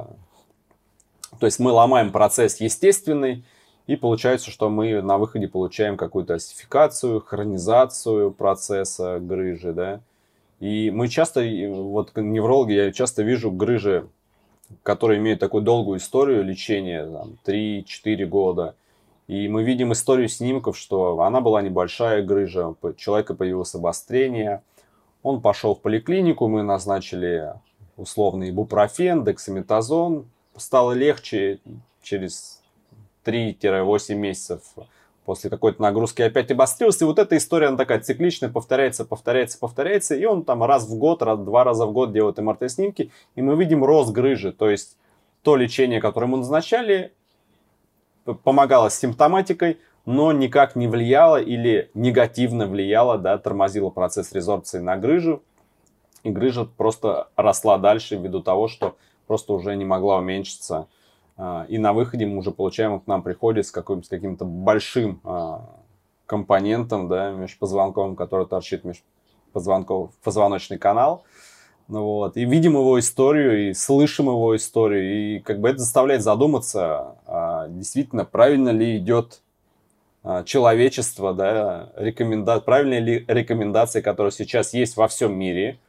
S4: То есть мы ломаем процесс естественный, и получается, что мы на выходе получаем какую-то осификацию, хронизацию процесса грыжи, да. И мы часто, вот неврологи, я часто вижу грыжи, которые имеют такую долгую историю лечения, там, 3-4 года. И мы видим историю снимков, что она была небольшая грыжа, у человека появилось обострение, он пошел в поликлинику, мы назначили условный ибупрофен, дексаметазон, стало легче через 3-8 месяцев после какой-то нагрузки опять обострился. И вот эта история, она такая цикличная, повторяется. И он там раз в год, два раза в год делает МРТ-снимки. И мы видим рост грыжи. То есть то лечение, которое мы назначали, помогало с симптоматикой, но никак не влияло или негативно влияло, да, тормозило процесс резорбции на грыжу. И грыжа просто росла дальше ввиду того, что просто уже не могла уменьшиться. И на выходе мы уже получаем, к нам приходит с каким-то большим компонентом, да, межпозвонковым, который торчит позвоночный канал. Ну, вот. И видим его историю, и слышим его историю. И как бы это заставляет задуматься, действительно, правильно ли идет человечество, да, правильные ли рекомендации, которые сейчас есть во всем мире,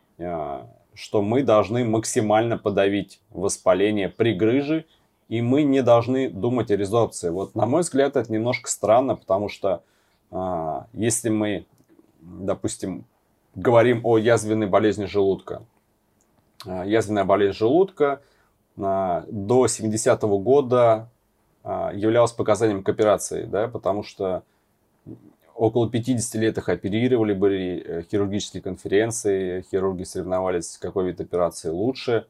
S4: что мы должны максимально подавить воспаление при грыже, и мы не должны думать о резорбции. Вот, на мой взгляд, это немножко странно, потому что если мы, допустим, говорим о язвенной болезни желудка. Язвенная болезнь желудка до 70-го года являлась показанием к операции, да, потому что около 50 лет их оперировали, были хирургические конференции, хирурги соревновались, какой вид операции лучше.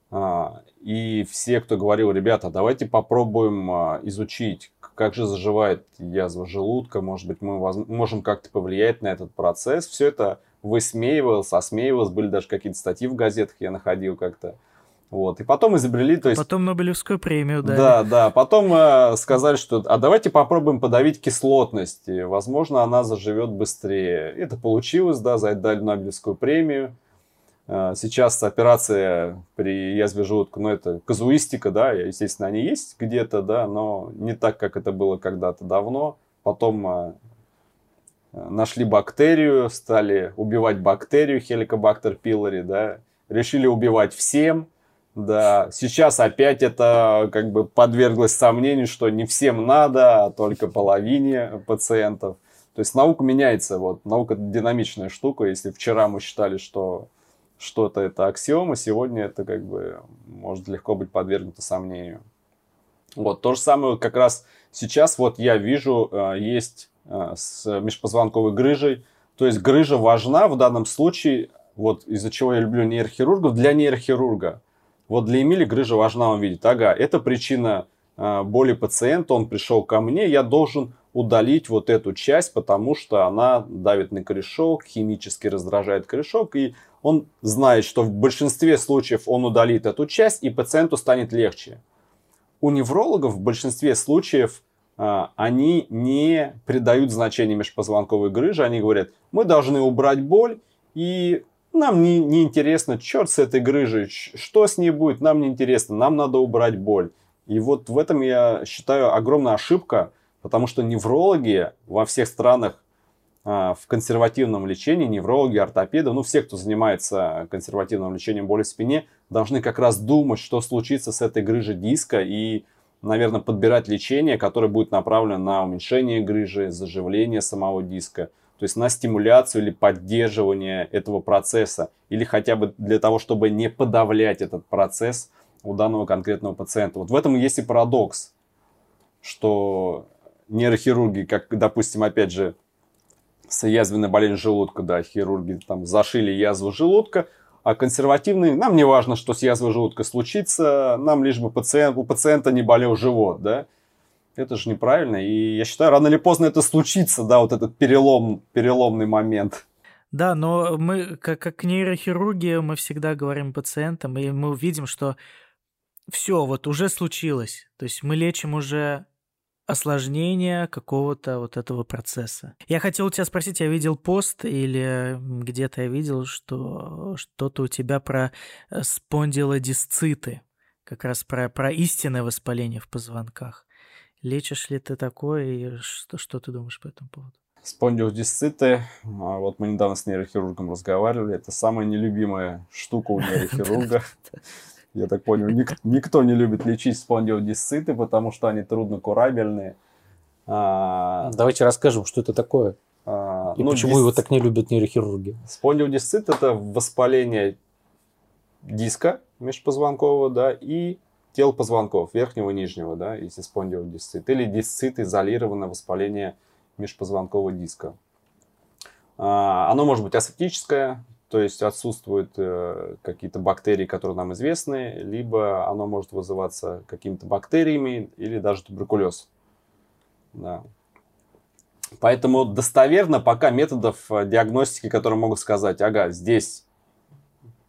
S4: И все, кто говорил, ребята, давайте попробуем изучить, как же заживает язва желудка, может быть, мы можем как-то повлиять на этот процесс. Все это высмеивалось, осмеивалось, были даже какие-то статьи в газетах, я находил как-то. Вот. И потом изобрели... То есть...
S1: Потом Нобелевскую премию дали.
S4: Да, да. Потом сказали, что давайте попробуем подавить кислотность. И, возможно, она заживет быстрее. Это получилось, да, за это дали Нобелевскую премию. Сейчас операция при язве желудка, ну, это казуистика, да, естественно, они есть где-то, да, но не так, как это было когда-то давно. Потом нашли бактерию, стали убивать бактерию, Helicobacter pylori, да, решили убивать всем, да. Сейчас опять это как бы подверглось сомнению, что не всем надо, а только половине пациентов. То есть наука меняется, вот, наука динамичная штука. Если вчера мы считали, что что-то это аксиома, сегодня это как бы может легко быть подвергнуто сомнению. Вот, то же самое как раз сейчас вот я вижу, есть с межпозвонковой грыжей. То есть грыжа важна в данном случае, вот из-за чего я люблю нейрохирургов, для нейрохирурга. Вот для Эмили грыжа важна, он видит, ага, это причина боли пациента, он пришел ко мне, я должен удалить вот эту часть, потому что она давит на корешок, химически раздражает корешок, и он знает, что в большинстве случаев он удалит эту часть, и пациенту станет легче. У неврологов в большинстве случаев они не придают значения межпозвонковой грыже, они говорят, мы должны убрать боль, и нам не интересно, черт с этой грыжей, что с ней будет, нам не интересно, нам надо убрать боль. И вот в этом я считаю огромная ошибка, потому что неврологи во всех странах в консервативном лечении, неврологи, ортопеды, ну все, кто занимается консервативным лечением боли в спине, должны как раз думать, что случится с этой грыжей диска и, наверное, подбирать лечение, которое будет направлено на уменьшение грыжи, заживление самого диска, то есть на стимуляцию или поддерживание этого процесса, или хотя бы для того, чтобы не подавлять этот процесс у данного конкретного пациента. Вот в этом и есть и парадокс, что нейрохирурги, как, допустим, опять же, с язвенной болезнью желудка, да, хирурги там зашили язву желудка, а консервативные, нам не важно, что с язвой желудка случится, нам лишь бы у пациента не болел живот, да. Это же неправильно, и я считаю, рано или поздно это случится, да, вот этот переломный момент.
S1: Да, но мы, как нейрохирурги, мы всегда говорим пациентам, и мы увидим, что все, вот уже случилось, то есть мы лечим уже осложнение какого-то вот этого процесса. Я хотел у тебя спросить, я видел пост или где-то я видел, что что-то у тебя про спондилодисциты, как раз про истинное воспаление в позвонках. Лечишь ли ты такое и что ты думаешь по этому поводу?
S4: Спондилодисциты, вот мы недавно с нейрохирургом разговаривали, это самая нелюбимая штука у нейрохирурга. Я так понял, никто не любит лечить спондилодисциты, потому что они труднокурабельные.
S3: Давайте расскажем, что это такое. И почему его так не любят нейрохирурги.
S4: Спондилодисцит – это воспаление диска межпозвонкового, да, и тел позвонков, верхнего и нижнего, да, если спондилодисцит. Или дисцит, изолированное воспаление межпозвонкового диска. Оно может быть асептическое, то есть отсутствуют какие-то бактерии, которые нам известны, либо оно может вызываться какими-то бактериями или даже туберкулез. Да. Поэтому достоверно пока методов диагностики, которые могут сказать, ага, здесь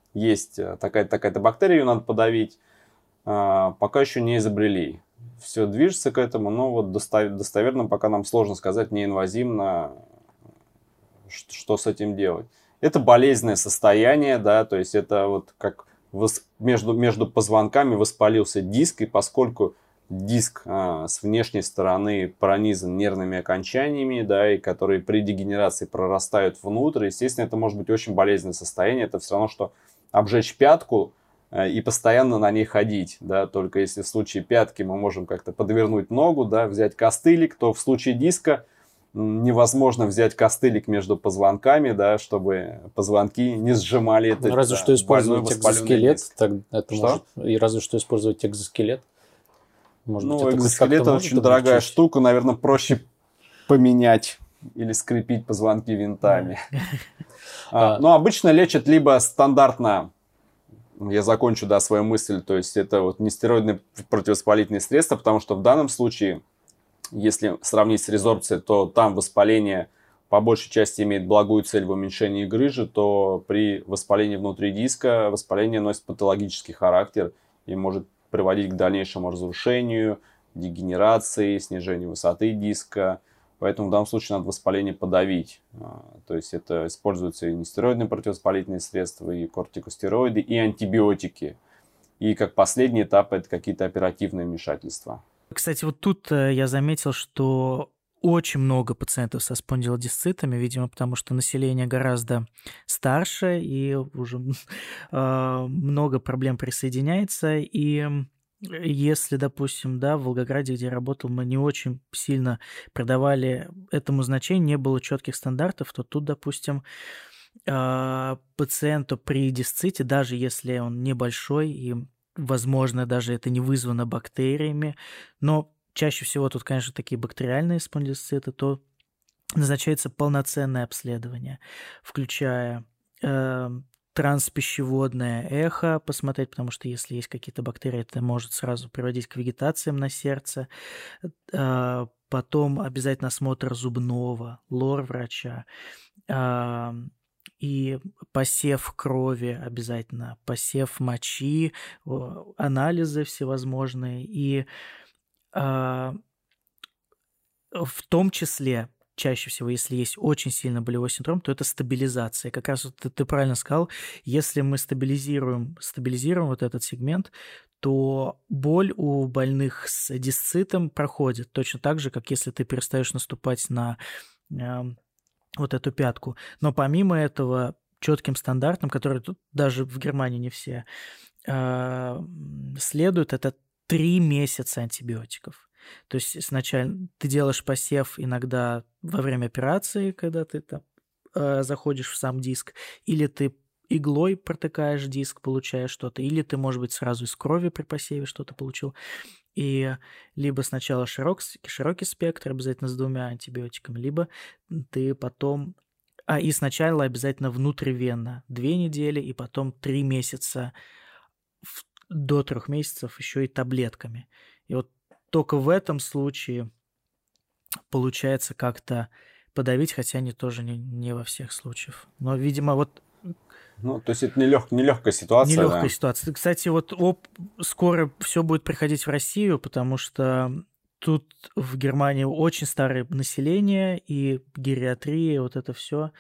S4: есть такая-то бактерия, ее надо подавить, пока еще не изобрели. Все движется к этому, но вот достоверно пока нам сложно сказать, неинвазивно, что с этим делать. Это болезненное состояние, да, то есть это вот как между позвонками воспалился диск, и поскольку диск с внешней стороны пронизан нервными окончаниями, да, и которые при дегенерации прорастают внутрь, естественно, это может быть очень болезненное состояние. Это все равно, что обжечь пятку и постоянно на ней ходить, да, только если в случае пятки мы можем как-то подвернуть ногу, да, взять костылик, то в случае диска невозможно взять костылик между позвонками, да, чтобы позвонки не сжимали это.
S3: Разве что использовать экзоскелет.
S4: И
S3: разве что использовать экзоскелет.
S4: Может быть, экзоскелет это очень дорогая штука, наверное, проще поменять или скрепить позвонки винтами. Но обычно лечат либо стандартно, я закончу, да, свою мысль, то есть это вот нестероидные противовоспалительные средства, потому что в данном случае, если сравнить с резорбцией, то там воспаление по большей части имеет благую цель в уменьшении грыжи, то при воспалении внутри диска воспаление носит патологический характер и может приводить к дальнейшему разрушению, дегенерации, снижению высоты диска. Поэтому в данном случае надо воспаление подавить. То есть это используются и нестероидные противовоспалительные средства, и кортикостероиды, и антибиотики. И как последний этап это какие-то оперативные вмешательства.
S1: Кстати, вот тут я заметил, что очень много пациентов со спондилодисцитами, видимо, потому что население гораздо старше, и уже много проблем присоединяется. И если, допустим, да, в Волгограде, где я работал, мы не очень сильно придавали этому значение, не было четких стандартов, то тут, допустим, пациенту при дисците, даже если он небольшой и возможно, даже это не вызвано бактериями, но чаще всего тут, конечно, такие бактериальные спондилоцисты, то назначается полноценное обследование, включая транспищеводное эхо посмотреть, потому что если есть какие-то бактерии, это может сразу приводить к вегетациям на сердце. Потом обязательно осмотр зубного, лор-врача. И посев крови обязательно, посев мочи, анализы всевозможные. И в том числе, чаще всего, если есть очень сильно болевой синдром, то это стабилизация. Как раз вот ты правильно сказал, если мы стабилизируем вот этот сегмент, то боль у больных с дисцитом проходит. Точно так же, как если ты перестаешь наступать на вот эту пятку. Но помимо этого, четким стандартам, которые тут даже в Германии не все следуют, это 3 месяца антибиотиков. То есть сначала ты делаешь посев иногда во время операции, когда ты там заходишь в сам диск, или ты иглой протыкаешь диск, получаешь что-то, или ты, может быть, сразу из крови при посеве что-то получил. И либо сначала широкий спектр, обязательно с 2 антибиотиками, либо ты потом... и сначала обязательно внутривенно 2 недели, и потом 3 месяца, до 3 месяцев еще и таблетками. И вот только в этом случае получается как-то подавить, хотя они тоже не во всех случаях. Но, видимо, вот...
S4: Ну, то есть это нелегкая ситуация.
S1: Нелегкая ситуация. Кстати, вот скоро все будет приходить в Россию, потому что тут в Германии очень старое население, и гериатрия, вот это все,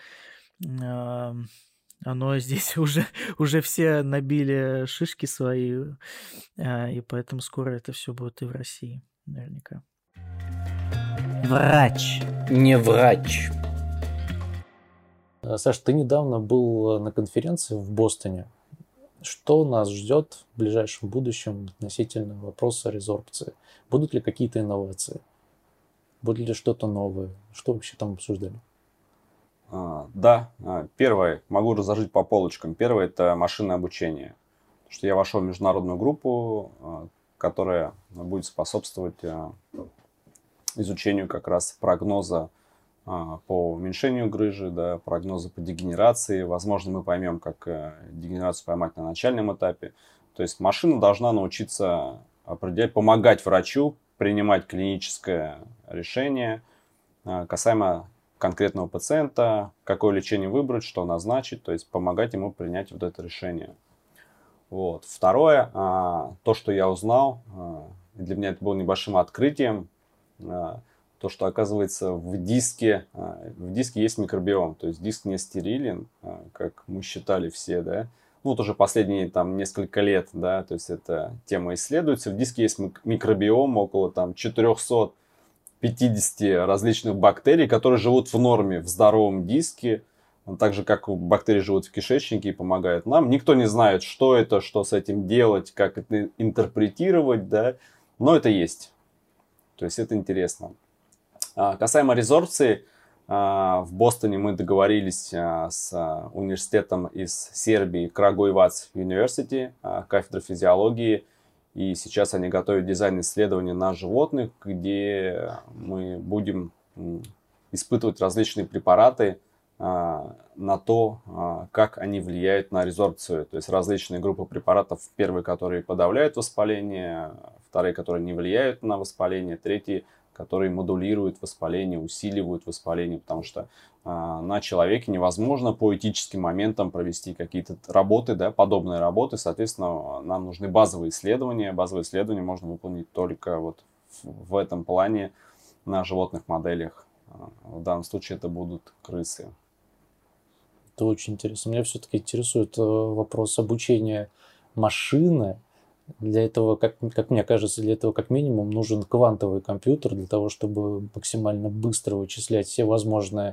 S1: оно здесь уже все набили шишки свои, и поэтому скоро это все будет и в России, наверняка.
S3: Врач. Не врач. Саш, ты недавно был на конференции в Бостоне. Что нас ждет в ближайшем будущем относительно вопроса резорбции? Будут ли какие-то инновации? Будет ли что-то новое? Что вообще там обсуждали?
S4: Да, первое, могу разложить по полочкам. Первое – это машинное обучение. Потому что я вошел в международную группу, которая будет способствовать изучению как раз прогноза по уменьшению грыжи, да, прогноза по дегенерации. Возможно, мы поймем, как дегенерацию поймать на начальном этапе. То есть машина должна научиться определять, помогать врачу принимать клиническое решение касаемо конкретного пациента, какое лечение выбрать, что назначить, то есть помогать ему принять вот это решение. Вот. Второе, то, что я узнал, для меня это было небольшим открытием, то, что, оказывается, в диске есть микробиом, то есть диск не стерилен, как мы считали все, да. Ну, вот уже последние там несколько лет, да, то есть эта тема исследуется. В диске есть микробиом, около там 450 различных бактерий, которые живут в норме в здоровом диске, так же, как бактерии живут в кишечнике и помогают нам. Никто не знает, что это, что с этим делать, как это интерпретировать, да, но это есть. То есть это интересно. Касаемо резорбции, в Бостоне мы договорились с университетом из Сербии Крагуевац University, кафедра физиологии, и сейчас они готовят дизайн исследований на животных, где мы будем испытывать различные препараты на то, как они влияют на резорбцию. То есть различные группы препаратов, первые, которые подавляют воспаление, вторые, которые не влияют на воспаление, третьи, которые модулируют воспаление, усиливают воспаление, потому что на человеке невозможно по этическим моментам провести какие-то работы, да, подобные работы, соответственно, нам нужны базовые исследования. Базовые исследования можно выполнить только вот в этом плане на животных моделях. В данном случае это будут крысы.
S3: Это очень интересно. Меня все-таки интересует вопрос обучения машины. Для этого, как мне кажется, для этого как минимум нужен квантовый компьютер для того, чтобы максимально быстро вычислять все возможные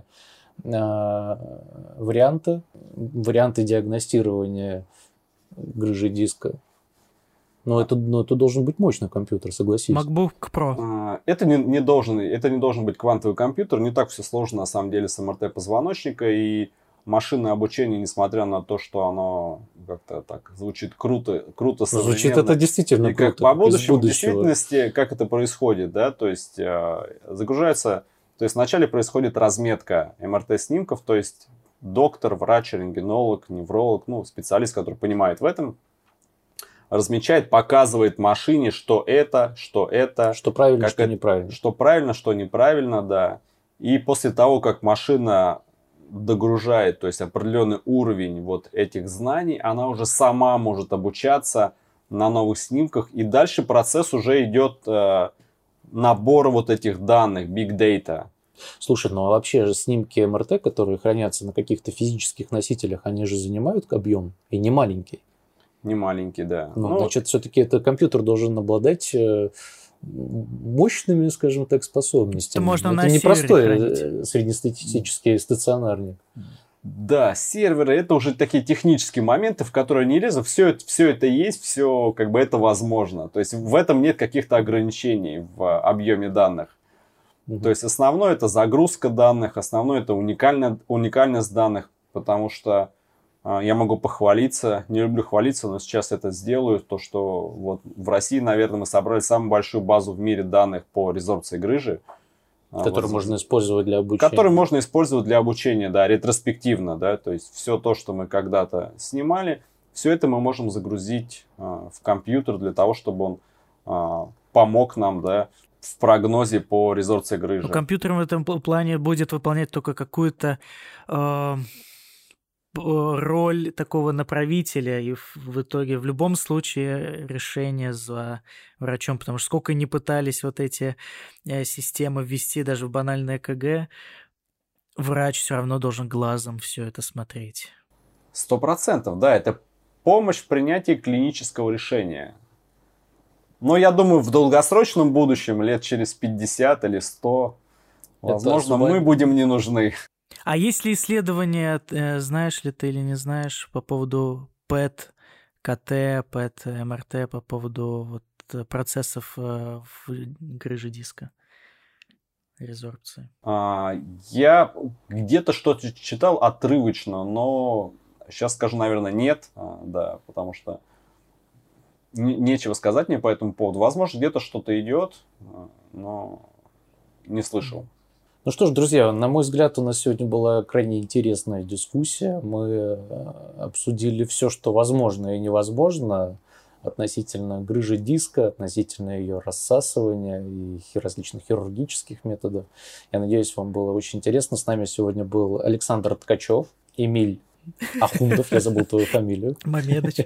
S3: варианты диагностирования грыжи диска. Но это должен быть мощный компьютер, согласись.
S1: MacBook Pro.
S4: Это не должен быть квантовый компьютер. Не так все сложно, на самом деле, с МРТ позвоночника. И машинное обучение, несмотря на то, что оно как-то так звучит круто современно.
S3: Звучит это действительно
S4: и
S3: круто.
S4: Как по будущему, в действительности, как это происходит, да, то есть загружается, то есть вначале происходит разметка МРТ-снимков, то есть доктор, врач, рентгенолог, невролог, ну, специалист, который понимает в этом, размечает, показывает машине, что это. Что правильно, что неправильно. Что правильно, что неправильно, да. И после того, как машина догружает, то есть определенный уровень вот этих знаний, она уже сама может обучаться на новых снимках. И дальше процесс уже идет набор вот этих данных, big data.
S3: Слушай, ну а вообще же снимки МРТ, которые хранятся на каких-то физических носителях, они же занимают объем и не маленький.
S4: Не маленький, да.
S3: Ну, значит, все-таки этот компьютер должен обладать мощными, скажем так, способностями.
S1: Это
S3: не простой среднестатистический стационарник.
S4: Да, серверы — это уже такие технические моменты, в которые не лезу. Все это есть, все как бы это возможно. То есть в этом нет каких-то ограничений в объеме данных. То есть основное — это загрузка данных, основное — это уникальность данных, потому что я могу похвалиться, не люблю хвалиться, но сейчас это сделаю, то что вот в России, наверное, мы собрали самую большую базу в мире данных по резорбции грыжи.
S3: Которую можно использовать для обучения.
S4: Который можно использовать для обучения, да, ретроспективно, да, то есть все то, что мы когда-то снимали, все это мы можем загрузить в компьютер для того, чтобы он помог нам, да, в прогнозе по резорбции грыжи.
S1: Но компьютер в этом плане будет выполнять только какую-то роль такого направителя, и в итоге в любом случае решение за врачом, потому что сколько ни пытались вот эти системы ввести даже в банальное ЭКГ, врач все равно должен глазом все это смотреть.
S4: 100%, да, это помощь в принятии клинического решения. Но я думаю, в долгосрочном будущем, лет через 50 или 100, возможно, мы будем не нужны.
S1: А есть ли исследования, знаешь ли ты или не знаешь, по поводу ПЭТ, КТ, ПЭТ, МРТ, по поводу вот процессов в грыже диска, резорбции?
S4: Я где-то что-то читал отрывочно, но сейчас скажу, наверное, нет, да, потому что нечего сказать мне по этому поводу. Возможно, где-то что-то идет, но не слышал.
S3: Ну что ж, друзья, на мой взгляд, у нас сегодня была крайне интересная дискуссия. Мы обсудили все, что возможно и невозможно относительно грыжи диска, относительно ее рассасывания и различных хирургических методов. Я надеюсь, вам было очень интересно. С нами сегодня был Александр Ткачев, Эмиль Ахундов, я забыл твою фамилию.
S1: Мамедыч.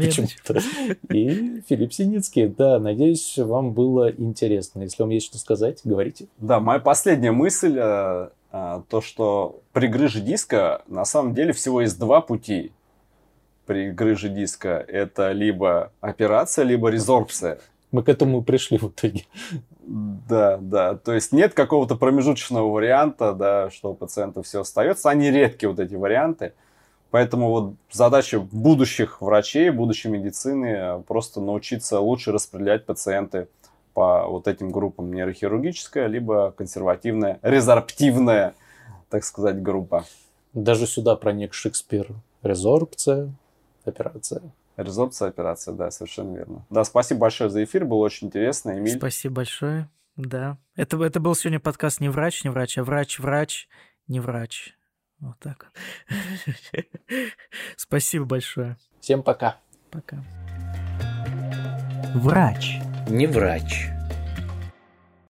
S3: И Филипп Синицкий. Да, надеюсь, вам было интересно. Если вам есть что сказать, говорите.
S4: Да, моя последняя мысль, то, что при грыже диска на самом деле всего есть два пути. При грыже диска это либо операция, либо резорбция.
S3: Мы к этому пришли в итоге.
S4: Да. То есть нет какого-то промежуточного варианта, да, что у пациента все остается. Они редкие, вот эти варианты. Поэтому вот задача будущих врачей, будущей медицины просто научиться лучше распределять пациенты по вот этим группам: нейрохирургическая, либо консервативная, резорбтивная, так сказать, группа.
S3: Даже сюда проник Шекспир. Резорбция, операция.
S4: Резорбция, операция, да, совершенно верно. Да, спасибо большое за эфир, было очень интересно, Эмиль.
S1: Спасибо большое, да. Это был сегодня подкаст не врач, а врач, не врач. Вот так вот. Спасибо большое.
S3: Всем пока.
S1: Пока.
S2: Врач. Не врач.